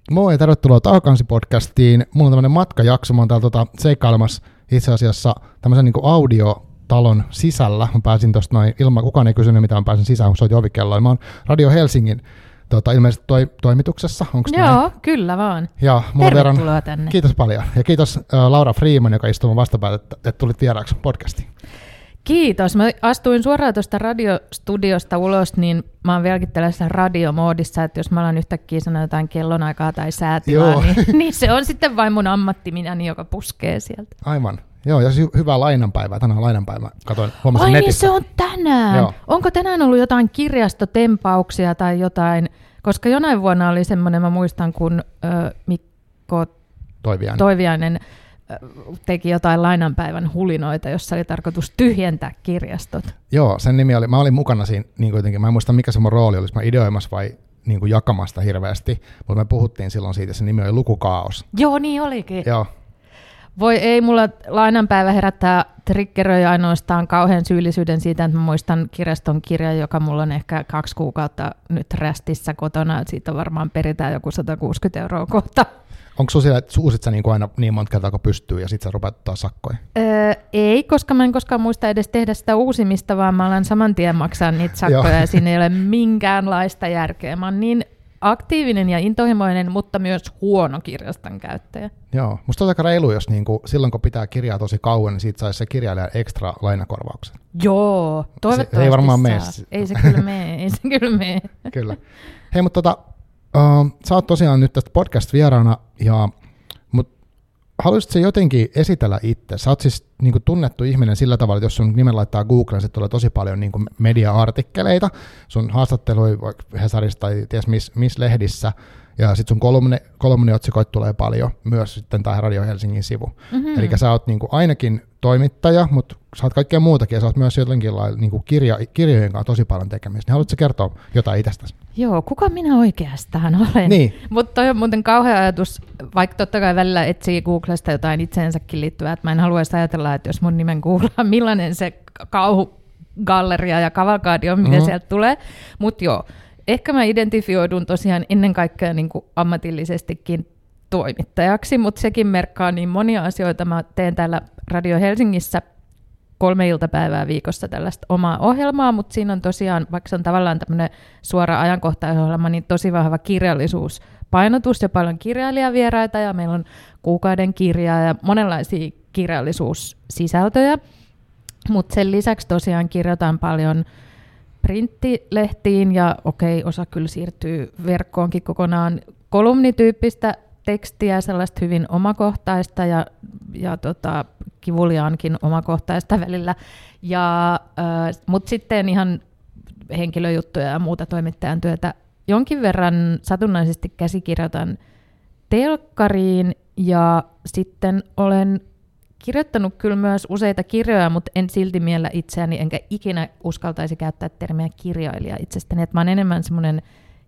Moi ja tervetuloa Taukokansi-podcastiin. Mulla on tämmönen matkajakso, mä oon täällä seikkailemassa itse asiassa tämmöisen niin kuin audiotalon sisällä. Mä pääsin tosta noin, ilman kukaan ei kysynyt mitä mä pääsin sisään, kun soitin ovikelloa. Mä oon Radio Helsingin ilmeisesti toimituksessa, onko näin? Joo, kyllä vaan. Ja tervetuloa tänne. Kiitos paljon. Ja kiitos Laura Freeman, joka istuu mun vastapäätä, että tulit vieraaksi podcastiin. Kiitos. Mä astuin suoraan tuosta radiostudiosta ulos, niin mä oon vieläkin tällaisessa radiomoodissa, että jos mä alan yhtäkkiä sanoa jotain kellonaikaa tai säätilaa, niin se on sitten vain mun ammattiminäni, joka puskee sieltä. Aivan. Joo, ja hyvää lainanpäivää. Tänään on lainanpäivä. Huomasin netissä. Niin se on tänään. Joo. Onko tänään ollut jotain kirjastotempauksia tai jotain? Koska jonain vuonna oli semmoinen, mä muistan, kun Mikko Toiviainen teki jotain lainanpäivän hulinoita, jossa oli tarkoitus tyhjentää kirjastot. Joo, sen nimi oli, mä olin mukana siinä, niin kuitenkin, mä en muista mikä se mun rooli olisi, mä ideoimassa vai niin kuin jakamasta hirveästi, mutta me puhuttiin silloin siitä, se nimi oli Lukukaos. Joo, niin olikin. Joo. Voi ei, mulla lainanpäivä herättää triggeröi ainoastaan kauhean syyllisyyden siitä, että mä muistan kirjaston kirjan, joka mulla on ehkä 2 kuukautta nyt rästissä kotona, että siitä varmaan peritään joku 160 € kohta. Onko sun sillä, että uusit sä niin aina niin monta kertaa, kun pystyy, ja sit sä rupeat ottaa sakkoja? Ei, koska mä en koskaan muista edes tehdä sitä uusimista, vaan mä alan saman tien maksaa niitä sakkoja, ja siinä ei ole minkäänlaista järkeä. Mä oon niin aktiivinen ja intohimoinen, mutta myös huono kirjaston käyttäjä. Joo, musta on aika reilu, jos niinku, silloin kun pitää kirjaa tosi kauan, niin siitä saisi se kirjailija ekstra lainakorvauksen. Joo, toivottavasti se ei varmaan mene. Ei se kyllä mene, Kyllä. Hei, mutta sä oot tosiaan nyt tästä podcast-vieraana, mutta haluaisitko sä jotenkin esitellä itse? Sä oot siis niinku tunnettu ihminen sillä tavalla, että jos sun nimen laittaa Googleen, se tulee tosi paljon niinku media-artikkeleita, sun haastatteluja Hesarissa tai ties missä lehdissä, ja sitten sun kolumniotsikoita tulee paljon, myös sitten tämä Radio Helsingin sivu. Mm-hmm. Eli sä oot niinku ainakin toimittaja, mutta sä oot kaikkea muutakin, ja sä oot myös jotenkin niinku kirjojen kanssa tosi paljon tekemistä. Niin haluatko sä kertoa jotain itsestäsi? Joo, kuka minä oikeastaan olen? Niin. Mutta toi on muuten kauhea ajatus, vaikka totta kai välillä etsii Googlesta jotain itseensäkin liittyvää, että mä en haluaisi ajatella, että jos mun nimen googlaa, millainen se kauhugalleria ja kavalkaadi on, mitä sieltä tulee. Mutta joo, ehkä mä identifioidun tosiaan ennen kaikkea niin kuin ammatillisestikin toimittajaksi, mutta sekin merkkaa niin monia asioita. Mä teen täällä Radio Helsingissä 3 iltapäivää viikossa tällaista omaa ohjelmaa, mutta siinä on tosiaan, vaikka se on tavallaan tämmöinen suora ajankohtaisohjelma, niin tosi vahva kirjallisuuspainotus ja paljon kirjailijavieraita, ja meillä on kuukauden kirjaa ja monenlaisia kirjallisuussisältöjä, mutta sen lisäksi tosiaan kirjoitan paljon printtilehtiin, ja osa kyllä siirtyy verkkoonkin kokonaan, kolumnityyppistä tekstiä, sellaista hyvin omakohtaista ja kivuliaankin omakohtaista välillä, mutta sitten ihan henkilöjuttuja ja muuta toimittajan työtä. Jonkin verran satunnaisesti käsikirjoitan telkkariin, ja sitten olen kirjoittanut kyllä myös useita kirjoja, mutta en silti miellä itseäni, enkä ikinä uskaltaisi käyttää termiä kirjailija itsestäni. Että mä oon enemmän semmoinen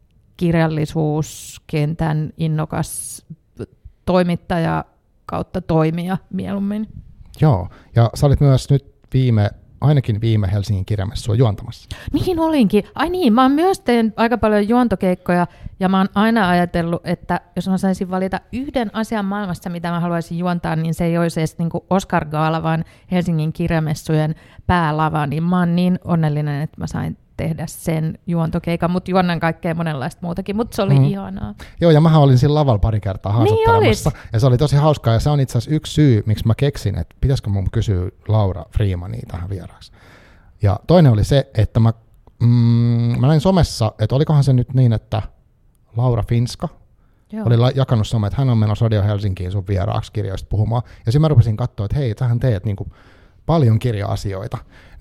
kirjallisuuskentän innokas toimittaja kautta toimija mieluummin. Joo, ja sä olit myös nyt ainakin viime Helsingin kirjamessua juontamassa. Niin olinkin. Ai niin, mä oon myös teen aika paljon juontokeikkoja, ja mä oon aina ajatellut, että jos mä saisin valita yhden asian maailmassa, mitä mä haluaisin juontaa, niin se ei olisi edes niin kuin Oscar-gaala, vaan Helsingin kirjamessujen päälava, niin mä oon niin onnellinen, että mä sain tehdä sen juontokeikan, mutta juonnan kaikkea monenlaista muutakin, mutta se oli ihanaa. Joo, ja mähän olin siinä lavalla pari kertaa haastattelemassa, ja se oli tosi hauskaa, ja se on itse asiassa yksi syy, miksi mä keksin, että pitäisikö mun kysyä Laura Freemania tähän vieraaksi. Ja toinen oli se, että mä näin somessa, että olikohan se nyt niin, että Laura Finska oli jakanut some, että hän on menossa Radio Helsinkiin sun vieraaksi kirjoista puhumaan, ja sitten mä rupesin katsoa, että hei, sähän teet niinku paljon kirja-asioita,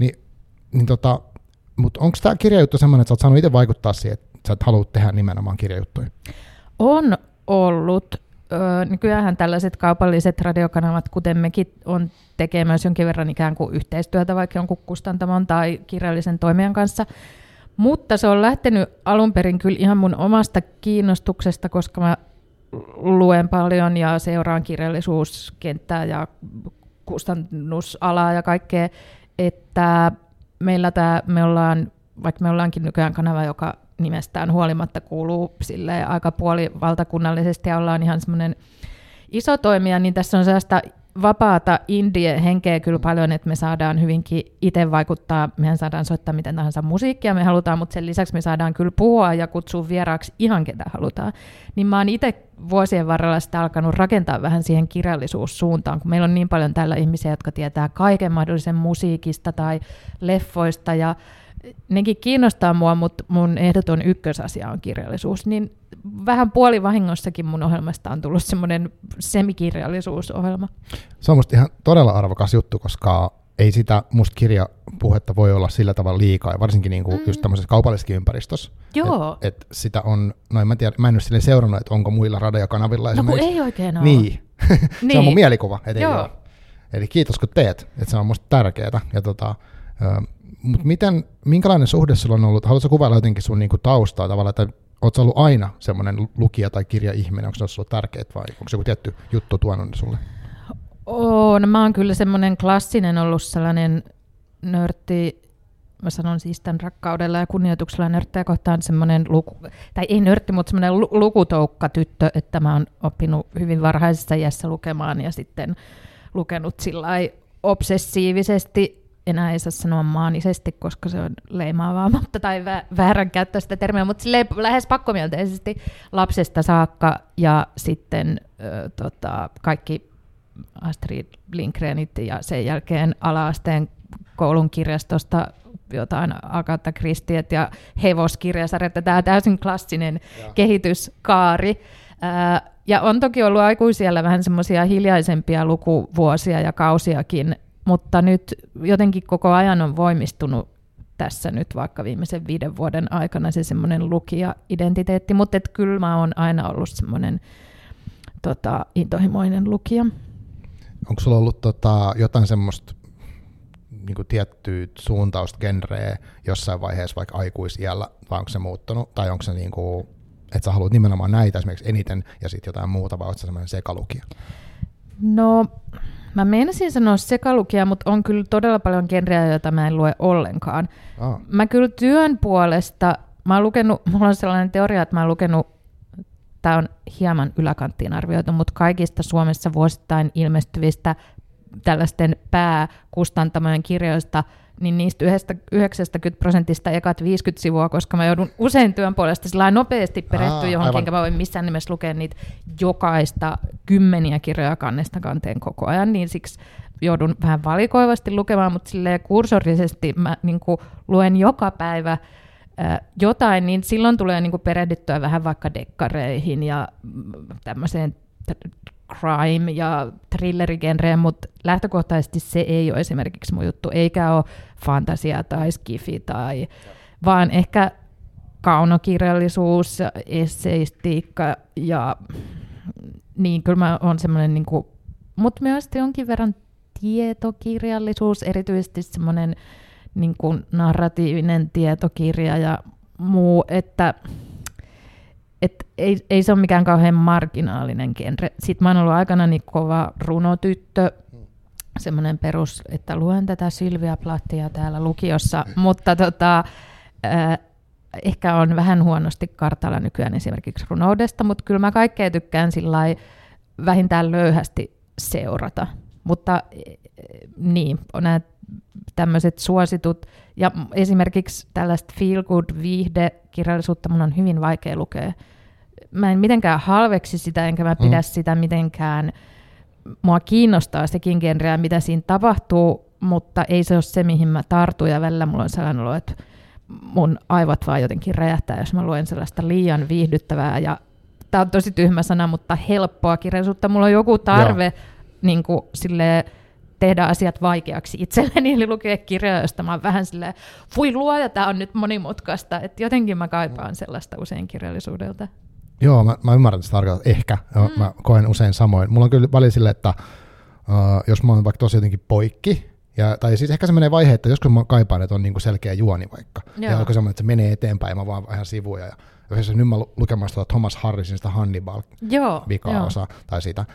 mutta onko tämä kirjajuttu semmoinen, että sä oot saanut itse vaikuttaa siihen, että sä et halua tehdä nimenomaan kirjajuttuja? On ollut. Nykyäänhän tällaiset kaupalliset radiokanavat, kuten mekin, tekee myös jonkin verran ikään kuin yhteistyötä vaikka jonkun kustantamon tai kirjallisen toimijan kanssa. Mutta se on lähtenyt alun perin kyllä ihan mun omasta kiinnostuksesta, koska mä luen paljon ja seuraan kirjallisuuskenttää ja kustannusalaa ja kaikkea, että vaikka me ollaankin nykyään kanava, joka nimestään huolimatta kuuluu silleen aika puolivaltakunnallisesti ja ollaan ihan semmoinen iso toimija, niin tässä on sellaista vapaata indie-henkeä kyllä paljon, että me saadaan hyvinkin itse vaikuttaa, mehän saadaan soittaa miten tahansa musiikkia, me halutaan, mutta sen lisäksi me saadaan kyllä puhua ja kutsua vieraaksi ihan ketä halutaan. Niin mä oon itse vuosien varrella sitä alkanut rakentaa vähän siihen kirjallisuussuuntaan, kun meillä on niin paljon täällä ihmisiä, jotka tietää kaiken mahdollisen musiikista tai leffoista ja nekin kiinnostaa mua, mutta mun ehdoton ykkösasia on kirjallisuus, niin vähän puolivahingossakin mun ohjelmasta on tullut semmoinen semikirjallisuusohjelma. Se on musta ihan todella arvokas juttu, koska ei sitä musta kirjapuhetta voi olla sillä tavalla liikaa, ja varsinkin niinku just tämmöisessä kaupallisessa ympäristössä. Joo. Et sitä on, no en mä tiedä, mä en ole silleen seurannut, että onko muilla radiokanavilla esimerkiksi. No kun ei oikein ole. Niin. Niin. Se on mun mielikuva, että ei Joo. ole. Eli kiitos kun teet, että se on musta tärkeää. Mutta minkälainen suhde sulla on ollut? Haluatko kuvailla jotenkin sun niinku taustaa tavallaan, että ootko ollut aina semmoinen lukija tai kirjaihminen? Onko se ollut tärkeät vai onko se joku tietty juttu tuonut sulle? No mä oon kyllä semmoinen klassinen ollut sellainen nörtti, mä sanon siis tämän rakkaudella ja kunnioituksella nörttejä kohtaan semmoinen, tai ei nörtti, mutta semmoinen lukutoukka tyttö, että mä oon oppinut hyvin varhaisessa iässä lukemaan ja sitten lukenut sillai obsessiivisesti. Enää ei saa sanoa maanisesti, koska se on leimaavaa, tai väärän käyttää sitä termiä, mutta lähes pakkomielteisesti lapsesta saakka ja sitten kaikki Astrid Lindgrenit ja sen jälkeen ala-asteen koulun kirjastosta jotain Agatha Christiet ja hevoskirjasarjat, tämä täysin klassinen kehityskaari. Ja on toki ollut aikuisiellä vähän semmoisia hiljaisempia lukuvuosia ja kausiakin, mutta nyt jotenkin koko ajan on voimistunut tässä nyt vaikka viimeisen 5 vuoden aikana se semmoinen lukija-identiteetti, mutta kyllä mä oon aina ollut semmoinen intohimoinen lukija. Onko sulla ollut jotain semmoista niin tiettyä suuntausta, genreä jossain vaiheessa vaikka aikuisiällä, vai onko se muuttunut, tai onko se niin kuin, että sä haluat nimenomaan näitä esimerkiksi eniten ja sitten jotain muuta, vai oletko sä semmoinen sekalukija? No, mä meinasin sanoa sekalukija, mutta on kyllä todella paljon genreä, joita mä en lue ollenkaan. Mä kyllä työn puolesta, mulla on sellainen teoria, että mä oon lukenut, tää on hieman yläkanttiin arvioitu, mutta kaikista Suomessa vuosittain ilmestyvistä tällaisten pääkustantamojen kirjoista, niin niistä 90% ekat 50 sivua, koska mä joudun usein työn puolesta sillä nopeasti perehtyä johonkin, enkä mä voin missään nimessä lukea niitä jokaista 10 kirjoja kannesta kanteen koko ajan, niin siksi joudun vähän valikoivasti lukemaan, mutta silleen kursorisesti mä niin kuin luen joka päivä jotain, niin silloin tulee niin kuin perehdyttyä vähän vaikka dekkareihin ja tämmöiseen crime- ja thrillerigenreen, mutta lähtökohtaisesti se ei ole esimerkiksi mun juttu, eikä ole fantasia tai skifi, vaan ehkä kaunokirjallisuus, esseistiikka ja niin kyllä mä oon semmoinen, niin kuin, mutta myös jonkin verran tietokirjallisuus, erityisesti semmoinen niin kuin narratiivinen tietokirja ja muu, että ei se ole mikään kauhean marginaalinen genre. Sitten mä oon ollut aikanaan niin kova runotyttö, semmoinen perus, että luen tätä Sylvia Plattia täällä lukiossa, mutta ehkä on vähän huonosti kartalla nykyään esimerkiksi runoudesta, mutta kyllä mä kaikkea tykkään sillai vähintään löyhästi seurata. Mutta niin, on nämä tämmöiset suositut, ja esimerkiksi tällaista feel-good-viihdekirjallisuutta mun on hyvin vaikea lukea. Mä en mitenkään halveksi sitä, enkä mä pidä sitä mitenkään, mua kiinnostaa sekin genreä, mitä siinä tapahtuu, mutta ei se ole se, mihin mä tartun, ja välillä mulla on sellainen olo, että mun aivot vaan jotenkin räjähtää, jos mä luen sellaista liian viihdyttävää, ja tää on tosi tyhmä sana, mutta helppoa kirjallisuutta. Mulla on joku tarve niin kuin silleen, tehdä asiat vaikeaksi itselleni, eli lukea kirjoja, josta mä oon vähän silleen, voi luoja, tää on nyt monimutkaista, että jotenkin mä kaipaan sellaista usein kirjallisuudelta. Joo, mä ymmärrän sitä tarkoittaa, ehkä, mä koen usein samoin. Mulla on kyllä välillä silleen, että jos mä oon vaikka tosi jotenkin poikki, tai siis ehkä se menee vaihe, että joskus mä kaipaan, että on niinku selkeä juoni vaikka, ja onko semmoinen, että se menee eteenpäin, ja mä vaan vähän sivuja, ja jos nyt mä lukemassa Thomas Harrisin sitä Hannibal-vika-osa, tai sitä.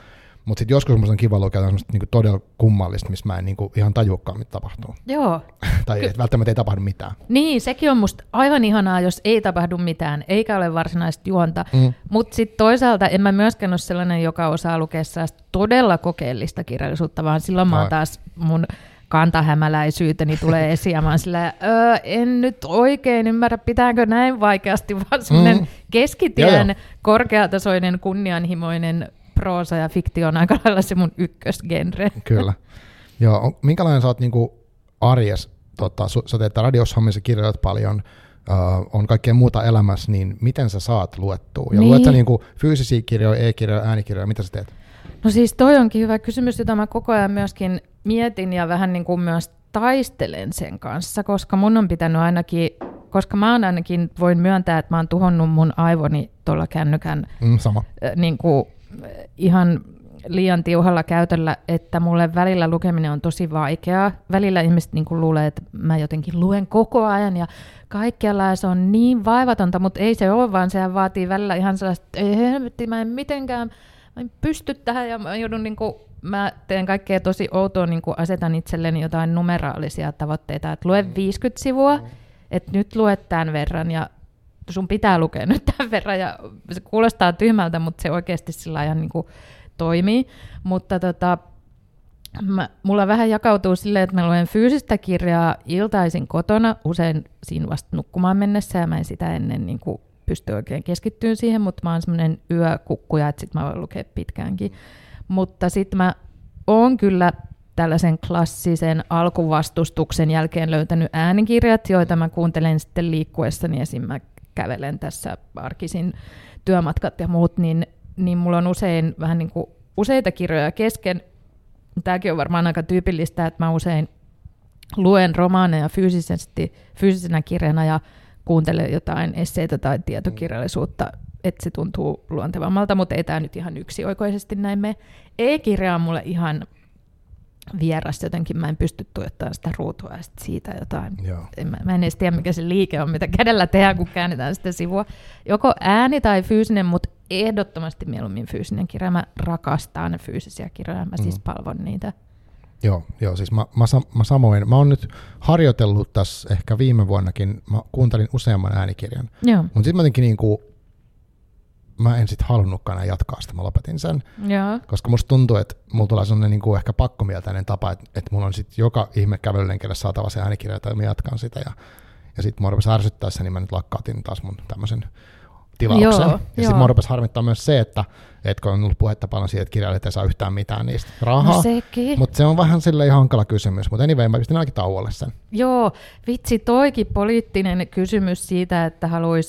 Mutta sitten joskus musta on kiva lukea semmoista niinku todella kummallista, missä mä en niinku ihan tajuakaan, mitä tapahtuu. Joo. Tai välttämättä ei tapahdu mitään. Niin, sekin on musta aivan ihanaa, jos ei tapahdu mitään, eikä ole varsinaista juonta. Mutta sitten toisaalta en mä myöskään ole sellainen, joka osaa lukea todella kokeellista kirjallisuutta, vaan silloin mä oon taas mun kantahämäläisyyteni tulee esiin, ja mä oon sillä, en nyt oikein ymmärrä, pitääkö näin vaikeasti, vaan semmoinen keskitien korkeatasoinen, kunnianhimoinen proosa ja fiktio on aika lailla se mun ykkösgenre. Kyllä. Joo, minkälainen sä oot niinku arjes, sä teet radioshommissa, kirjoitat paljon, on kaikkea muuta elämässä, niin miten sä saat luettua? Ja luet sä niinku fyysisiä kirjoja, e-kirjoja, äänikirjoja, mitä sä teet? No siis toi onkin hyvä kysymys, jota mä koko ajan myöskin mietin ja vähän niin kuin myös taistelen sen kanssa, koska mun on pitänyt ainakin, koska mä oon ainakin, voin myöntää, että mä oon tuhonnut mun aivoni tuolla kännykän niin kuin ihan liian tiuhalla käytöllä, että mulle välillä lukeminen on tosi vaikeaa. Välillä ihmiset niin kuin luulee, että mä jotenkin luen koko ajan ja kaikkialla ja se on niin vaivatonta, mutta ei se ole, vaan sehän vaatii välillä ihan sellaista, että mä en mitenkään, mä en pysty tähän ja mä joudun mä teen kaikkea tosi outoa, niin kuin asetan itselleni jotain numeraalisia tavoitteita, että lue 50 sivua, että nyt luet tämän verran ja sun pitää lukea nyt tämän verran ja se kuulostaa tyhmältä, mutta se oikeasti sillä ajan niin kuin toimii, mutta mulla vähän jakautuu silleen, että mä luen fyysistä kirjaa iltaisin kotona, usein siinä vasta nukkumaan mennessä ja mä en sitä ennen niin kuin pysty oikein keskittyä siihen, mutta mä oon semmoinen yökukkuja, että sit mä voin lukea pitkäänkin. Mutta sitten mä oon kyllä tällaisen klassisen alkuvastustuksen jälkeen löytänyt äänikirjat, joita mä kuuntelen sitten liikkuessani, esim. Mä kävelen tässä arkisin työmatkat ja muut, niin mulla on usein vähän niin kuin useita kirjoja kesken. Tämäkin on varmaan aika tyypillistä, että mä usein luen romaaneja fyysisenä kirjana ja kuuntelen jotain esseitä tai tietokirjallisuutta, että se tuntuu luontevammalta, mutta ei tämä nyt ihan yksioikoisesti näin mene. E-kirja on mulle ihan vieras, jotenkin mä en pysty tuijottamaan sitä ruutua ja siitä jotain. Mä en edes tiedä, mikä se liike on, mitä kädellä tehdään, kun käännetään sitä sivua. Joko ääni tai fyysinen, mutta ehdottomasti mieluummin fyysinen kirja. Mä rakastan fyysisiä kirjoja, mä siis palvon niitä. Joo, siis mä samoin. Mä oon nyt harjoitellut tässä ehkä viime vuonnakin, mä kuuntelin useamman äänikirjan. Mutta sitten mä jotenkin mä en sitten halunnutkaan enää jatkaa sitä, mä lopetin sen. Koska musta tuntuu, että mulla tulee sellainen ehkä pakkomieltäinen tapa, että mulla on sitten joka ihme kävelylenkelle saatava se äänikirja, tai mä jatkan sitä. Ja sitten mua rupesi ärsyttää se, niin mä nyt lakkautin taas mun tämmöisen tilauksen. Ja sitten mua rupesi harmittaa myös se, että kun on ollut puhetta paljon siitä, että kirjailijat ei saa yhtään mitään niistä rahaa. Mutta se on vähän silleen hankala kysymys, mutta anyway, mä pistin ainakin tauolle sen. Joo, vitsi, toikin poliittinen kysymys siitä, että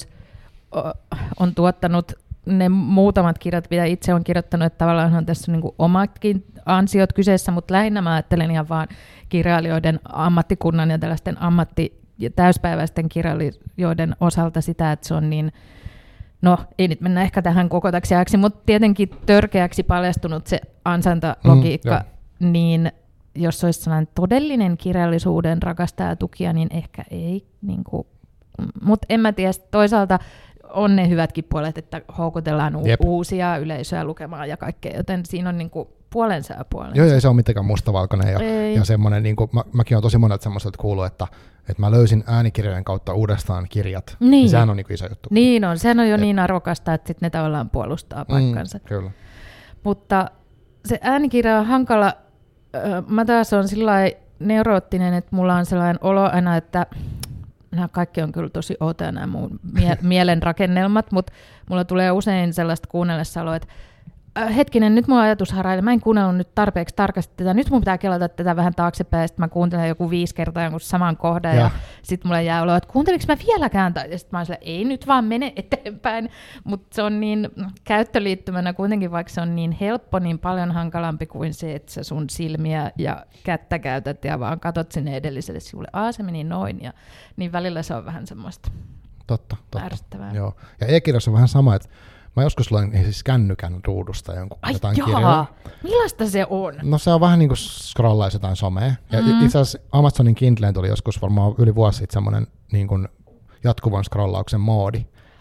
on tuottanut ne muutamat kirjat, mitä itse on kirjoittanut, että tavallaan on tässä niin kuin omatkin ansiot kyseessä, mutta lähinnä mä ajattelen ihan vaan kirjailijoiden ammattikunnan ja tällaisten täyspäiväisten kirjailijoiden osalta sitä, että se on niin, no ei nyt mennä ehkä tähän kokotaksi ajaksi, mutta tietenkin törkeäksi paljastunut se ansaintalogiikka, niin jos olisi sellainen todellinen kirjallisuuden rakastaja ja tukija, niin ehkä ei, niin mutta en mä tiedä, toisaalta on ne hyvätkin puolet, että houkutellaan uusia yleisöjä lukemaan ja kaikkea, joten siinä on niinku puolensa ja puolensa. Joo, ei se ole mitenkään mustavalkoinen ja semmoinen, niinku, mäkin olen tosi monelta semmoiselta kuullut, että mä löysin äänikirjojen kautta uudestaan kirjat, niin sehän on niinku iso juttu. Niin on, sehän on jo niin arvokasta, että sitten ne tavallaan puolustaa paikkansa. Kyllä. Mutta se äänikirja on hankala, mä taas on sillai neuroottinen, että mulla on sellainen olo aina, että nämä kaikki on kyllä tosi outoja nämä mun mielen rakennelmat, mutta mulla tulee usein sellaista kuunnellessa oloa, että hetkinen, nyt mun ajatus harailee, mä en kuunnellut nyt tarpeeksi tarkasti tätä, nyt mun pitää kelata tätä vähän taaksepäin, ja sitten mä kuuntelen joku 5 kertaa jonkun saman kohdan, ja sitten mulle jää olo, että kuuntelinko mä vieläkään, ja sitten mä oon sillä, ei nyt vaan mene eteenpäin, mutta se on niin käyttöliittymänä kuitenkin, vaikka se on niin helppo, niin paljon hankalampi kuin se, että sä sun silmiä ja kättä käytät, ja vaan katot sinne edelliselle sivulle, se meni noin, ja niin välillä se on vähän semmoista totta. ärsyttävää. Joo. Ja e-kirjassa on vähän sama, että mä joskus luen siis kännykän ruudusta jotain kirjaa. Millaista se on? No se on vähän niin kuin scrollaisi jotain somea. Ja itse asiassa Amazonin Kindleen tuli joskus varmaan yli vuosi sitten semmoinen niin kuin jatkuvan scrollauksen moodi.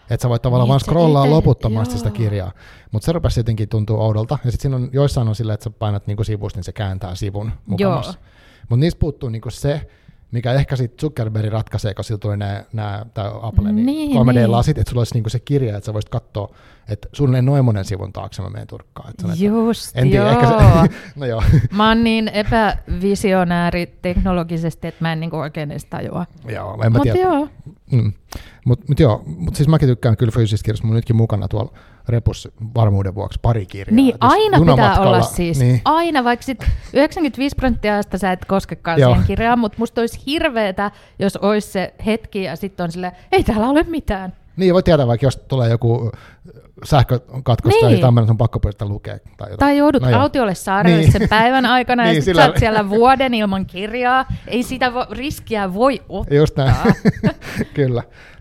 Että sä voit tavallaan vaan scrollaa loputtomasti sitä kirjaa. Mutta se rupesi jotenkin tuntua oudolta. Ja sitten siinä on joissain on silleen, että sä painat niinku sivusta, niin se kääntää sivun mukamassa. Mutta niistä puuttuu niinku se, mikä ehkä sitten Zuckerberg ratkaisee, kun sillä tuli nämä Apple, niin 3D-lasit, että sulla olisi niinku se kirja, että sä voisit katsoa, että suunnilleen noin monen sivun taakse mä menen turkkaan. Just, joo. No joo. Mä oon niin epävisionääri teknologisesti, että mä en niinku oikein edes tajua. Joo, en mä tiedä. Joo. Mutta siis mäkin tykkään kyllä fyysistä kirjasta, mun nytkin mukana tuolla repussa varmuuden vuoksi pari kirjaa. Niin, aina pitää olla siis. Niin. Aina, vaikka sit 95% ajasta sä et koskekaan siihen kirjaan, mutta musta olisi hirveetä, jos olisi se hetki ja sitten on silleen, ei täällä ole mitään. Niin, voi tietää vaikka, jos tulee joku sähkökatkos tai tämmöinen, on pakko pystyä lukea. Tai joudut autiolle saarelle sen päivän aikana ja sitten sä oot siellä vuoden ilman kirjaa. Ei sitä riskiä voi ottaa. Just näin, kyllä.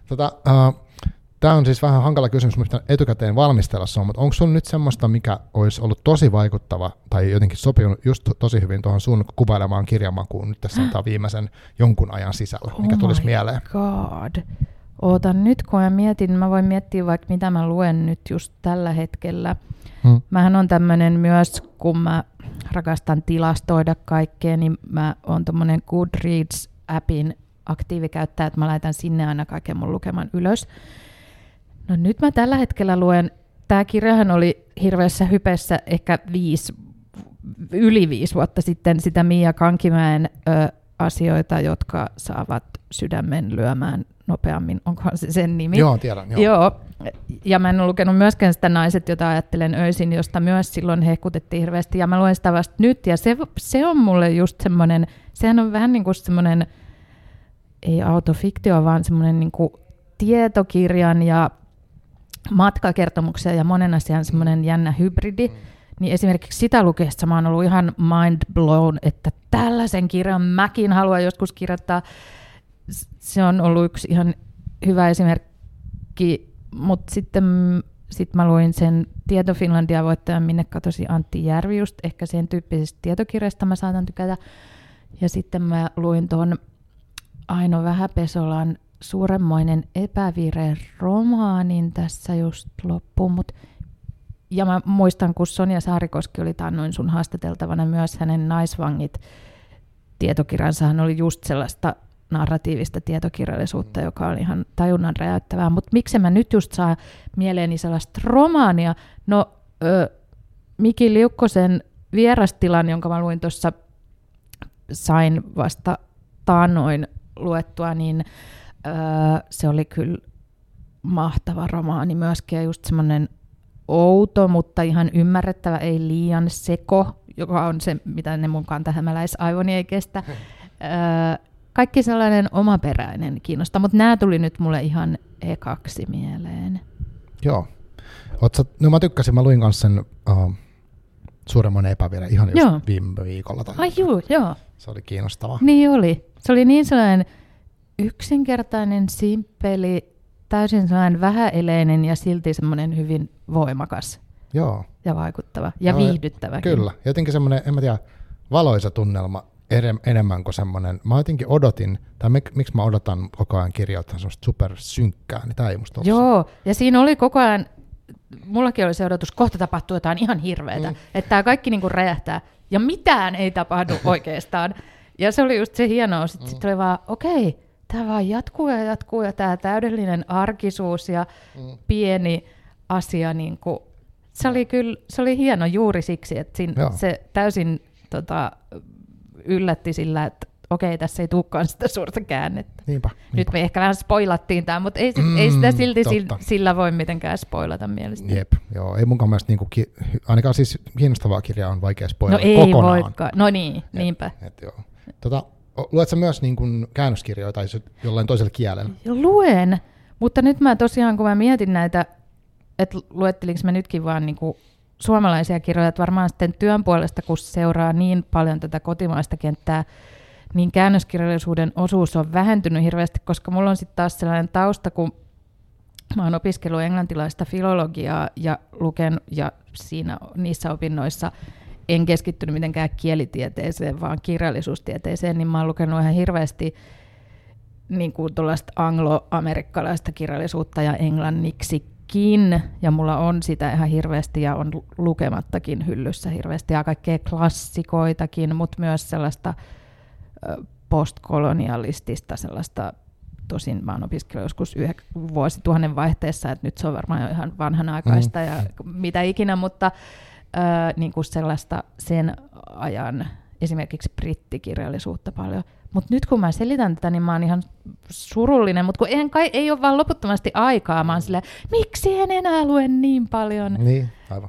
Tämä on siis vähän hankala kysymys, mistä etukäteen valmistella se on, mutta onko sinulla nyt semmoista, mikä olisi ollut tosi vaikuttava tai jotenkin sopinut just tosi hyvin tuohon sun kuvailemaan kirjamakuun nyt tässä on viimeisen jonkun ajan sisällä, mikä tulisi mieleen? God. Ootan nyt, kun mä mietin, mä voin miettiä vaikka mitä mä luen nyt just tällä hetkellä. Mähän on tämmöinen myös, kun mä rakastan tilastoida kaikkea, niin mä oon tommonen Goodreads-appin aktiivikäyttäjä, että mä laitan sinne aina kaiken mun lukeman ylös. No nyt mä tällä hetkellä luen, tää kirjahan oli hirveässä hypessä ehkä yli 5 vuotta sitten sitä Mia Kankimäen asioita, jotka saavat sydämen lyömään nopeammin. Onkohan se sen nimi? Joo, tiedän. Joo. Ja mä en ole lukenut myöskään sitä Naiset, jota ajattelen öisin, josta myös silloin hehkutettiin hirveästi. Ja mä luen sitä vasta nyt. Ja se on mulle just semmoinen, sehän on vähän niin kuin semmoinen, ei autofiktio, vaan semmoinen niin kuin tietokirjan ja matkakertomuksen ja monen asian semmoinen jännä hybridi. Niin esimerkiksi sitä lukeessa mä oon ollut ihan mind blown, että tällaisen kirjan mäkin haluan joskus kirjoittaa. Se on ollut yksi ihan hyvä esimerkki, mutta sitten mä luin sen Tieto Finlandia voittajan, minne katosi Antti Järvi, just ehkä sen tyyppisestä tietokirjasta mä saatan tykätä. Ja sitten mä luin tuon Aino Vähäpesolan Suuremmoinen epävire romaanin tässä just loppuun. Ja mä muistan, kun Sonja Saarikoski oli taannoin sun haastateltavana myös hänen Naisvangit tietokirjansahan oli just sellaista narratiivista tietokirjallisuutta, joka oli ihan tajunnan räjäyttävää. Mutta miksi mä nyt just saa mieleeni sellaista romaania? No Miki Liukkosen Vierastilan, jonka mä luin tuossa, sain vasta taannoin luettua, niin se oli kyllä mahtava romaani myöskin, ja just semmoinen outo, mutta ihan ymmärrettävä, ei liian seko, joka on se, mitä ne mun kantahämäläisaivoni ei kestä. Kaikki sellainen omaperäinen kiinnostaa, mutta nämä tuli nyt mulle ihan ekaksi mieleen. Joo. No mä tykkäsin, mä luin kanssa sen Suuremmoinen epävire ihan just viime viikolla. Joo. Se oli kiinnostavaa. Niin oli. Se oli niin sellainen yksinkertainen, simppeli, täysin sellainen vähäeleinen ja silti semmoinen hyvin voimakas. Joo. Ja vaikuttava ja viihdyttäväkin. Kyllä. Jotenkin semmoinen, en mä tiedä, valoisa tunnelma enemmän kuin semmoinen. Mä jotenkin odotin, tai miksi mä odotan koko ajan kirjoittaa semmoista supersynkkää, niin tää ei musta ole. Joo, ja siinä oli koko ajan, mullakin oli se odotus, kohta tapahtuu jotain ihan hirveätä, että tää kaikki niinku räjähtää, ja mitään ei tapahdu oikeastaan. Ja se oli just se hienoa, sitten oli vaan, okei, tää vaan jatkuu, ja tää täydellinen arkisuus ja pieni asia, niinku, se oli hieno juuri siksi, että se täysin yllätti sillä, että okei, tässä ei tulekaan sitä suurta käännettä. Niinpä. Nyt me ehkä vähän spoilattiin tämä, mutta ei sitä silti sillä voi mitenkään spoilata mielestäni. Jep, joo. Ei munkaan mielestä, ainakaan siis kiinnostavaa kirjaa on vaikea spoilata kokonaan. No ei voikaan. No niin, niinpä. Luet sä myös niin kuin käännöskirjoja tai jollain toisella kielellä? Luen, mutta nyt mä tosiaan, kun mä mietin näitä, että luettelinko mä nytkin vaan niin kuin suomalaisia kirjoja, että varmaan sitten työn puolesta, kun seuraa niin paljon tätä kotimaista kenttää, niin käännöskirjallisuuden osuus on vähentynyt hirveästi, koska mulla on sitten taas sellainen tausta, kun mä oon opiskellut englantilaista filologiaa ja lukenut, ja niissä opinnoissa en keskittynyt mitenkään kielitieteeseen, vaan kirjallisuustieteeseen, niin mä oon lukenut ihan hirveästi niin kuin tuollaista angloamerikkalaista kirjallisuutta ja englanniksikin, ja mulla on sitä ihan hirveästi ja on lukemattakin hyllyssä hirveästi ja kaikkea klassikoitakin, mutta myös sellaista postkolonialistista sellaista, tosin mä oon opiskellut joskus vuosituhannen vaihteessa, että nyt se on varmaan jo ihan vanhanaikaista ja mitä ikinä, mutta niin kuin sellaista sen ajan esimerkiksi brittikirjallisuutta paljon. Mutta nyt kun mä selitän tätä, niin mä oon ihan surullinen, mutta kun ei ole vaan loputtomasti aikaa, mä oon silleen, miksi en enää lue niin paljon Niin, aivan.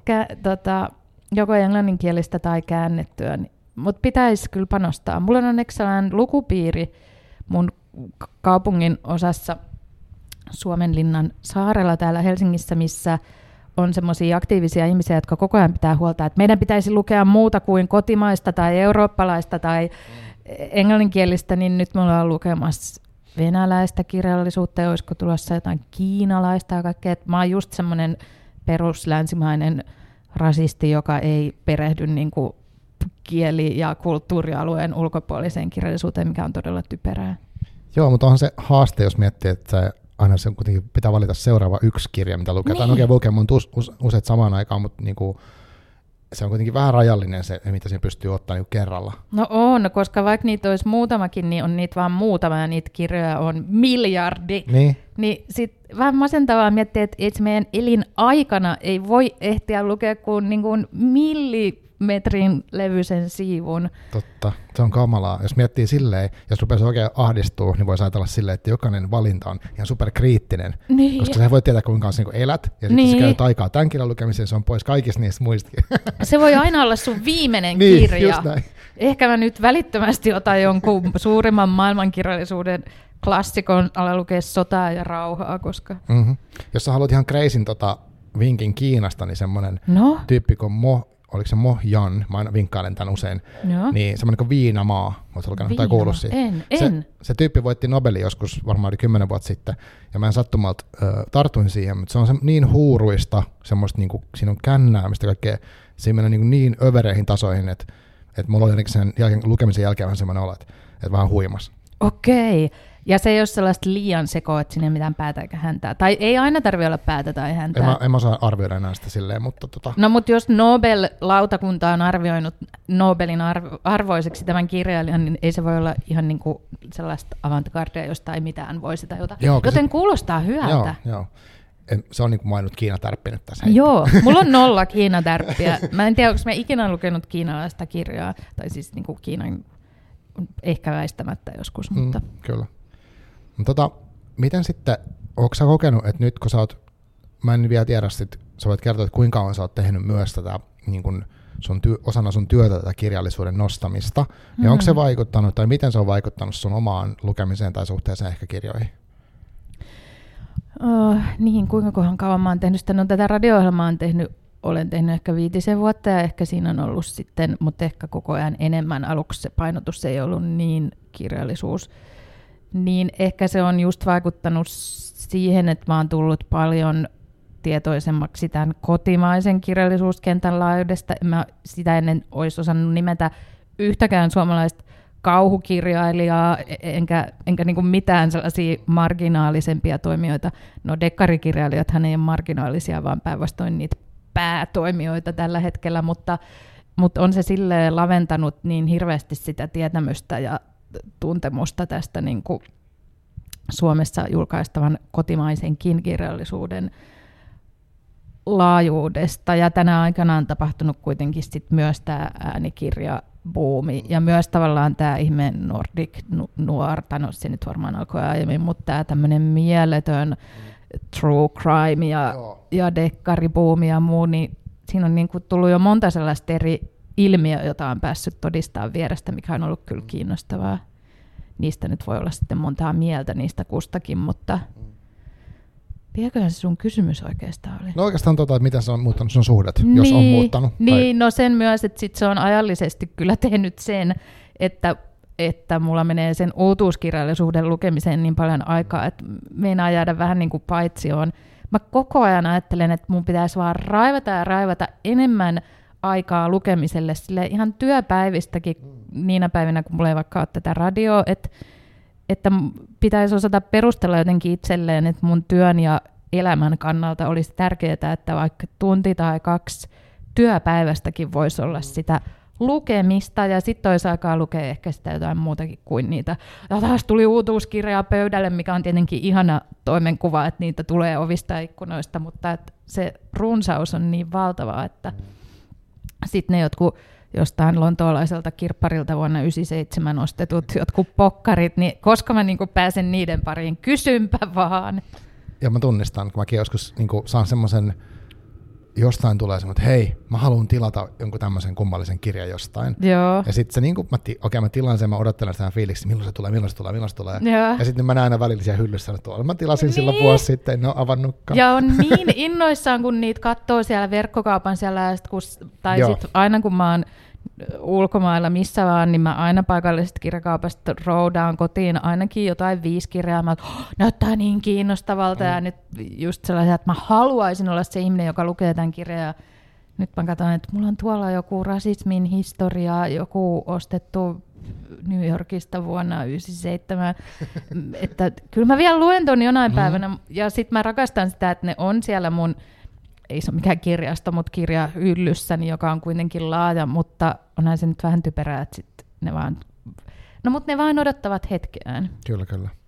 joko englanninkielistä tai käännettyä, mutta pitäisi kyllä panostaa. Mulla on onneksi sellainen lukupiiri mun kaupungin osassa Suomenlinnan saarella täällä Helsingissä, missä on semmoisia aktiivisia ihmisiä, jotka koko ajan pitää huolta, että meidän pitäisi lukea muuta kuin kotimaista tai eurooppalaista tai englanninkielistä, niin nyt me ollaan lukemassa venäläistä kirjallisuutta ja olisiko tulossa jotain kiinalaista ja kaikkea. Et mä oon just semmoinen peruslänsimainen rasisti, joka ei perehdy niin kuin kieli- ja kulttuurialueen ulkopuoliseen kirjallisuuteen, mikä on todella typerää. Joo, mutta onhan se haaste, jos miettii, että aina se kuitenkin pitää valita seuraava yksi kirja, mitä lukee. Tai oikein voi lukea useat samaan aikaan, mutta niinku, se on kuitenkin vähän rajallinen se, mitä siinä pystyy ottaa niinku kerralla. No on, koska vaikka niitä olisi muutamakin, niin on niitä vaan muutama ja niitä kirjoja on miljardi. Niin sitten vähän masentavaa miettiä, että itse meidän elinaikana ei voi ehtiä lukea kuin niinku millimetrin levyisen siivun. Totta, se on kamalaa. Jos miettii silleen, jos rupeaa oikein ahdistua, niin voi ajatella silleen, että jokainen valinta on ihan superkriittinen. Niin. Koska sä voi tietää, kuinka kanssa niin elät, ja sitten sä käytät aikaa tämän kirjan lukemiseen, se on pois kaikista niistä muistakin. Se voi aina olla sun viimeinen niin, kirja. Just näin. Ehkä mä nyt välittömästi otan jonkun suurimman maailmankirjallisuuden klassikon, ala lukea Sotaa ja rauhaa, koska... Mm-hmm. Jos sä haluat ihan crazyn vinkin Kiinasta, niin semmoinen tyyppi kuin oliko se Mo Yan, mä aina vinkkailen tämän usein, niin semmoinen kuin Viinamaa, oletko lukenut tai kuullut siitä? En. Se tyyppi voitti Nobelin joskus varmaan yli 10 vuotta sitten, ja mä en sattumalta tartuin siihen, mutta se on niin huuruista, semmoista niinku, siinä on kännäämistä kaikkea, siinä menee niin övereihin tasoihin, että mulla oli jotenkin sen lukemisen jälkeen vähän semmoinen olo, että vähän huimas. Okei. Ja se ei ole sellaista liian sekoa, että sinne mitään päätä eikä häntää. Tai ei aina tarvitse olla päätä tai häntää. En mä osaa arvioida enää sitä silleen, mutta... No mutta jos Nobel-lautakunta on arvioinut Nobelin arvoiseksi tämän kirjailijan, niin ei se voi olla ihan niin kuin sellaista avantgardea, josta ei mitään voisi tajuta. Joten kuulostaa hyvältä. Joo. Se on niin kuin mainut Kiina-tärppi nyt tässä. Joo, mulla on 0 Kiina-tärppiä. Mä en tiedä, onko mä ikinä lukenut kiinalaista kirjaa, tai siis niin kuin Kiinan ehkä väistämättä joskus. Mutta... Kyllä. Miten sitten, ootko sä kokenut, että nyt kun sä oot, mä en vielä tiedä, sä voit kertoa, että kuinka kauan sä oot tehnyt myös tätä niin kun osana sun työtä tätä kirjallisuuden nostamista, niin onko se vaikuttanut, tai miten se on vaikuttanut sun omaan lukemiseen tai suhteeseen ehkä kirjoihin? Niin, kuinka kauan mä oon tehnyt sitä, no tätä radio-ohjelmaa olen tehnyt ehkä 5 vuotta ja ehkä siinä on ollut sitten, mutta ehkä koko ajan enemmän aluksi se painotus ei ollut niin kirjallisuus. Niin ehkä se on just vaikuttanut siihen, että mä oon tullut paljon tietoisemmaksi tämän kotimaisen kirjallisuuskentän laajuudesta. Mä sitä ennen olisi osannut nimetä yhtäkään suomalaista kauhukirjailijaa, enkä niin kuin mitään sellaisia marginaalisempia toimijoita. No dekkarikirjailijathan ei ole marginaalisia, vaan päinvastoin niitä päätoimijoita tällä hetkellä, mutta on se silleen laventanut niin hirveästi sitä tietämystä ja tuntemusta tästä niin kuin Suomessa julkaistavan kotimaisenkin kirjallisuuden laajuudesta. Ja tänä aikana on tapahtunut kuitenkin sit myös tämä äänikirjabuumi ja myös tavallaan tämä ihme Nordic Noir, tai no se nyt varmaan alkoi aiemmin, mutta tämä tämmöinen mieletön true crime ja dekkaribuumi ja muu, niin siinä on niin kuin tullut jo monta sellaista eri ilmiö, jota on päässyt todistamaan vierestä, mikä on ollut kyllä kiinnostavaa. Niistä nyt voi olla sitten montaa mieltä niistä kustakin, mutta mikäköhän se sun kysymys oikeastaan oli? No oikeastaan että miten se on muuttanut sun suhdet, jos on muuttanut. Niin, no sen myös, että sit se on ajallisesti kyllä tehnyt sen, että mulla menee sen uutuuskirjallisuuden lukemiseen niin paljon aikaa, että meinaa jäädä vähän niin kuin paitsioon. Mä koko ajan ajattelen, että mun pitäisi vaan raivata enemmän aikaa lukemiselle sille ihan työpäivistäkin niinä päivinä, kun mulla ei vaikka ole tätä radioa, että pitäisi osata perustella jotenkin itselleen, että mun työn ja elämän kannalta olisi tärkeää, että vaikka tunti tai 2 työpäivästäkin voisi olla sitä lukemista, ja sitten olisi aikaa lukea ehkä sitä jotain muutakin kuin niitä. Ja taas tuli uutuuskirjaa pöydälle, mikä on tietenkin ihana toimenkuva, että niitä tulee ovista ja ikkunoista, mutta että se runsaus on niin valtavaa, että sitten ne jotkut jostain lontoolaiselta kirpparilta vuonna 1997 ostetut jotkut pokkarit, niin koska mä niinku pääsen niiden pariin, kysynpä vaan. Ja mä tunnistan, kun mäkin joskus niinku saan semmoisen, jostain tulee semmoinen, että hei, mä haluan tilata jonkun tämmöisen kummallisen kirjan jostain. Joo. Ja sitten se niinku, mä tilaan sen, mä odottelen sitä fiiliksi, milloin se tulee. Joo. Ja sitten mä näen aina välillisiä hyllyssä, että tuolla mä tilasin silloin vuosi sitten, en ole avannutkaan. Ja on niin innoissaan, kun niitä katsoo siellä verkkokaupan siellä, tai sitten aina kun mä oon ulkomailla missä vaan, niin mä aina paikallisesta kirjakaupasta roudaan kotiin ainakin jotain 5 kirjaa. Mä näyttää niin kiinnostavalta ja nyt just sellaisia, että mä haluaisin olla se ihminen, joka lukee tämän kirjan. Nyt mä katson, että mulla on tuolla joku rasismin historia, joku ostettu New Yorkista vuonna 1997. Että kyllä mä vielä luen ton jonain päivänä ja sit mä rakastan sitä, että ne on siellä mun, ei se ole mikään kirjasto, mutta kirjahyllyssäni, joka on kuitenkin laaja, mutta onhan se nyt vähän typerää, että sit ne vaan, no mutta ne vaan odottavat hetkeään. Kyllä.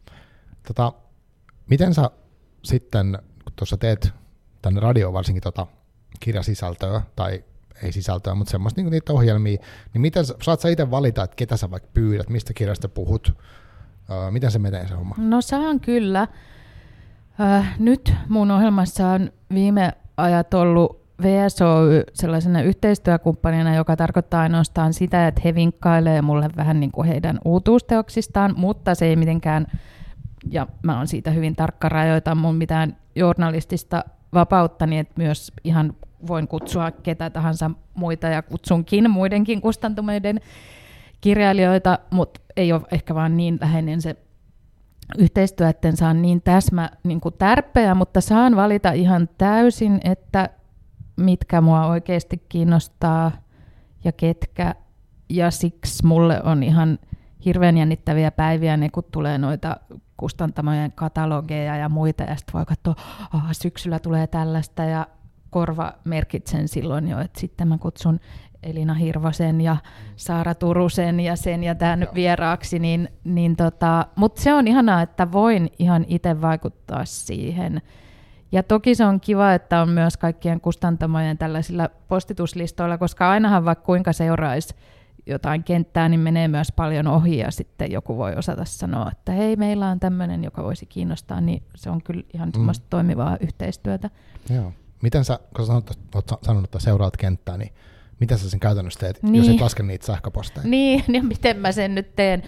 Miten sä sitten, kun tuossa teet tänne radioon varsinkin kirjasisältöä, tai ei sisältöä, mutta semmoista niin niitä ohjelmia, niin miten saat sä itse valita, että ketä sä vaikka pyydät, mistä kirjasta puhut, miten se menee se homma? No saan kyllä. Nyt mun ohjelmassa on viime ajat ollut VSOY sellaisena yhteistyökumppanina, joka tarkoittaa ainoastaan sitä, että he vinkkailee mulle vähän niin kuin heidän uutuusteoksistaan, mutta se ei mitenkään, ja mä oon siitä hyvin tarkka, rajoita mun mitään journalistista vapautta, niin että myös ihan voin kutsua ketä tahansa muita ja kutsunkin muidenkin kustantuneiden kirjailijoita, mutta ei ole ehkä vaan niin läheinen se yhteistyö, etten saa niin niin kuin tärppejä, mutta saan valita ihan täysin, että mitkä mua oikeasti kiinnostaa ja ketkä, ja siksi mulle on ihan hirveän jännittäviä päiviä ne, kun tulee noita kustantamojen katalogeja ja muita, ja sitten voi katsoa, syksyllä tulee tällaista, ja korva merkitsen silloin jo, että sitten mä kutsun Elina Hirvosen ja Saara Turusen ja sen ja tämän vieraaksi, mutta se on ihanaa, että voin ihan itse vaikuttaa siihen. Ja toki se on kiva, että on myös kaikkien kustantamojen tällaisilla postituslistoilla, koska ainahan vaikka kuinka seuraisi jotain kenttää, niin menee myös paljon ohi ja sitten joku voi osata sanoa, että hei, meillä on tämmöinen, joka voisi kiinnostaa, niin se on kyllä ihan semmoista toimivaa yhteistyötä. Joo. Miten sä, kun sä oot sanonut, että seuraat kenttää, niin miten sä sen käytännössä teet, jos et laske niitä sähköposteja? Niin, miten mä sen nyt teen?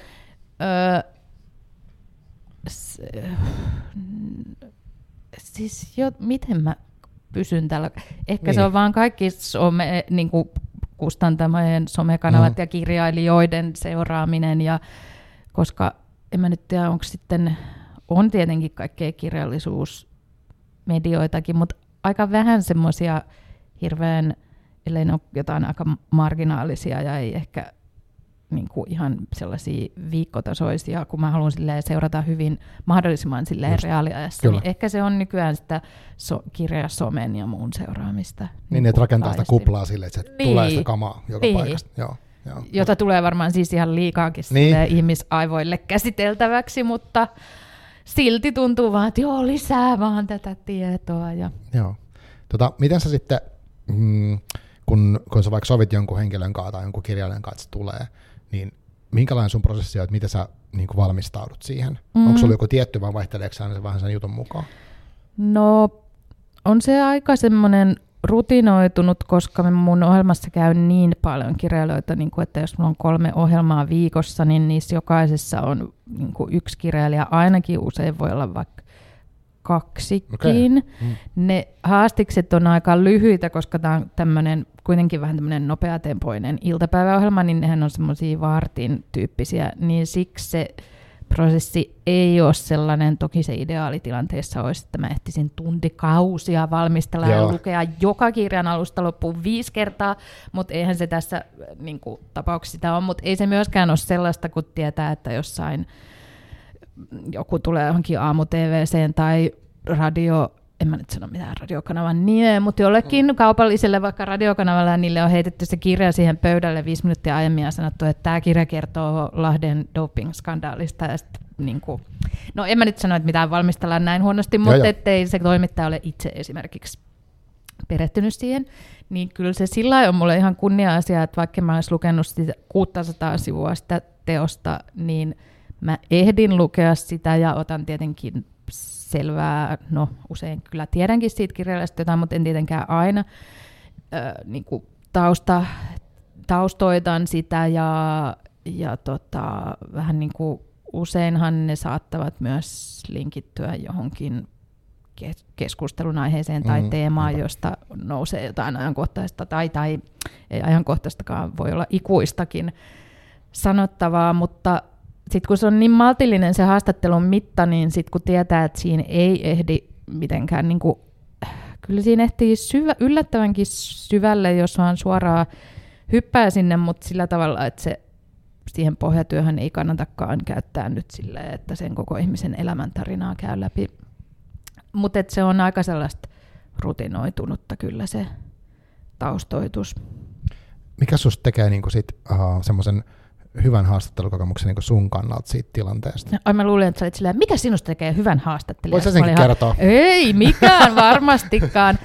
Miten mä pysyn tällä? Ehkä se on vaan kaikki niin kuin kustantamojen somekanavat ja kirjailijoiden seuraaminen, ja koska en mä nyt tiedä, onko sitten, on tietenkin kaikkea kirjallisuusmedioitakin, mutta aika vähän semmoisia hirveän, ellei ne ole jotain aika marginaalisia ja ei ehkä niin kuin ihan sellaisia viikkotasoisia, kun mä haluan seurata hyvin mahdollisimman reaaliajassa, niin ehkä se on nykyään sitä kirjasomen ja muun seuraamista. Niin että rakentaa sitä kuplaa silleen, että se tulee sitä kamaa joka paikasta. Joo. Jota tulee varmaan siis ihan liikaakin ihmisaivoille käsiteltäväksi, mutta silti tuntuu vaan, että lisää vaan tätä tietoa. Joo. Miten sä sitten, kun sä vaikka sovit jonkun henkilön kanssa tai jonkun kirjailijan kanssa, että se tulee, niin minkälainen sun prosessi on, että miten sä niin kuin valmistaudut siihen? Onko sulla joku tietty vai vaihteleeko se vähän sen jutun mukaan? No on se aika semmoinen rutinoitunut, koska mun ohjelmassa käy niin paljon kirjailijoita, niin kuin, että jos mulla on 3 ohjelmaa viikossa, niin niissä jokaisessa on niin kuin 1 kirjailija, ainakin usein voi olla vaikka 2kin. Okay. Ne haastikset on aika lyhyitä, koska tämä on kuitenkin vähän tämmöinen nopeatempoinen iltapäiväohjelma, niin nehän on semmoisia vartin tyyppisiä, niin siksi se prosessi ei ole sellainen, toki se ideaalitilanteessa olisi, että mä ehtisin tuntikausia valmistella ja lukea joka kirjan alusta loppuun 5 kertaa, mutta eihän se tässä niin kuin, tapauksessa sitä ole, mutta ei se myöskään ole sellaista, kun tietää, että jossain joku tulee johonkin aamu-tv:seen tai en mä nyt sano mitään radiokanavan nimeä, mutta jollekin kaupalliselle vaikka radiokanavalla niille on heitetty se kirja siihen pöydälle 5 minuuttia aiemmin ja sanottu, että tämä kirja kertoo Lahden doping-skandaalista. Ja niin kuin, no en mä nyt sano, että mitään valmistellaan näin huonosti, mutta ettei se toimittaja ole itse esimerkiksi perehtynyt siihen, niin kyllä se sillä lailla on mulle ihan kunnia-asia, että vaikka mä olisin lukenut sitä 600 sivua sitä teosta, niin mä ehdin lukea sitä ja otan tietenkin selvää, no usein kyllä tiedänkin siitä kirjallista jotain, mutta en tietenkään aina niin kuin taustoitan sitä ja vähän niin kuin useinhan ne saattavat myös linkittyä johonkin keskustelun aiheeseen tai teemaan, josta nousee jotain ajankohtaista tai ei ajankohtaistakaan, voi olla ikuistakin sanottavaa, mutta sitten kun se on niin maltillinen se haastattelun mitta, niin sitten kun tietää, että siinä ei ehdi mitenkään, niin kuin, kyllä siinä ehtii yllättävänkin syvälle, jos vaan suoraan hyppää sinne, mutta sillä tavalla, että siihen pohjatyöhön ei kannatakaan käyttää nyt silleen, että sen koko ihmisen elämäntarinaa käy läpi. Mutta se on aika sellaista rutinoitunutta kyllä se taustoitus. Mikä susta tekee niinku semmoisen hyvän haastattelukokemuksen niin sun kannalta siitä tilanteesta? Ai mä luulin, että sä olit silleen, mikä sinusta tekee hyvän haastattelijan? Voisi senkin kertoa. Ei mikään varmastikaan.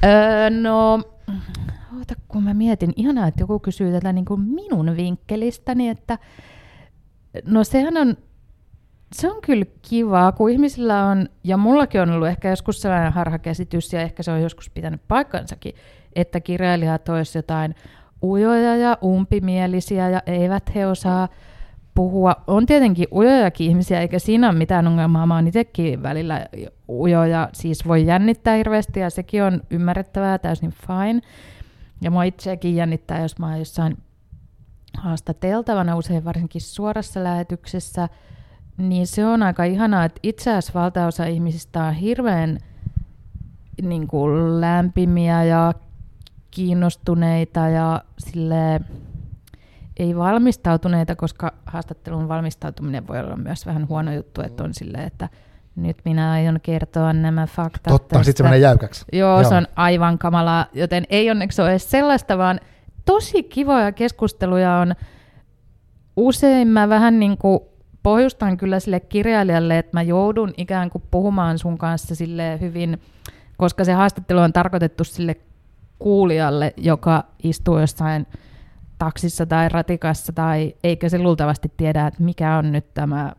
Oota kun mä mietin, ihanaa, että joku kysyy tätä niin kuin minun vinkkelistäni, että no se on kyllä kivaa, kun ihmisillä on, ja mullakin on ollut ehkä joskus sellainen harhakäsitys, ja ehkä se on joskus pitänyt paikkansakin, että kirjailijat olisivat jotain ujoja ja umpimielisiä, ja eivät he osaa puhua. On tietenkin ujojakin ihmisiä, eikä siinä ole mitään ongelmaa. Mä oon itsekin välillä ujoja, siis voi jännittää hirveästi, ja sekin on ymmärrettävää, täysin fine. Ja mua itseäkin jännittää, jos mä oon jossain haastateltavana, usein varsinkin suorassa lähetyksessä, niin se on aika ihanaa, että itse asiassa valtaosa ihmisistä on hirveän niin kuin lämpimiä ja kiinnostuneita ja ei valmistautuneita, koska haastattelun valmistautuminen voi olla myös vähän huono juttu, että on silleen, että nyt minä aion kertoa nämä faktat. Totta, sitten se menee jäykäksi. Joo, se on aivan kamalaa, joten ei onneksi ole edes sellaista, vaan tosi kivoja keskusteluja on. Usein mä vähän niin kuin pohjustan kyllä sille kirjailijalle, että mä joudun ikään kuin puhumaan sun kanssa sille hyvin, koska se haastattelu on tarkoitettu sille kuulijalle, joka istuu jossain taksissa tai ratikassa, tai eikä se luultavasti tiedä, että mikä on nyt tämä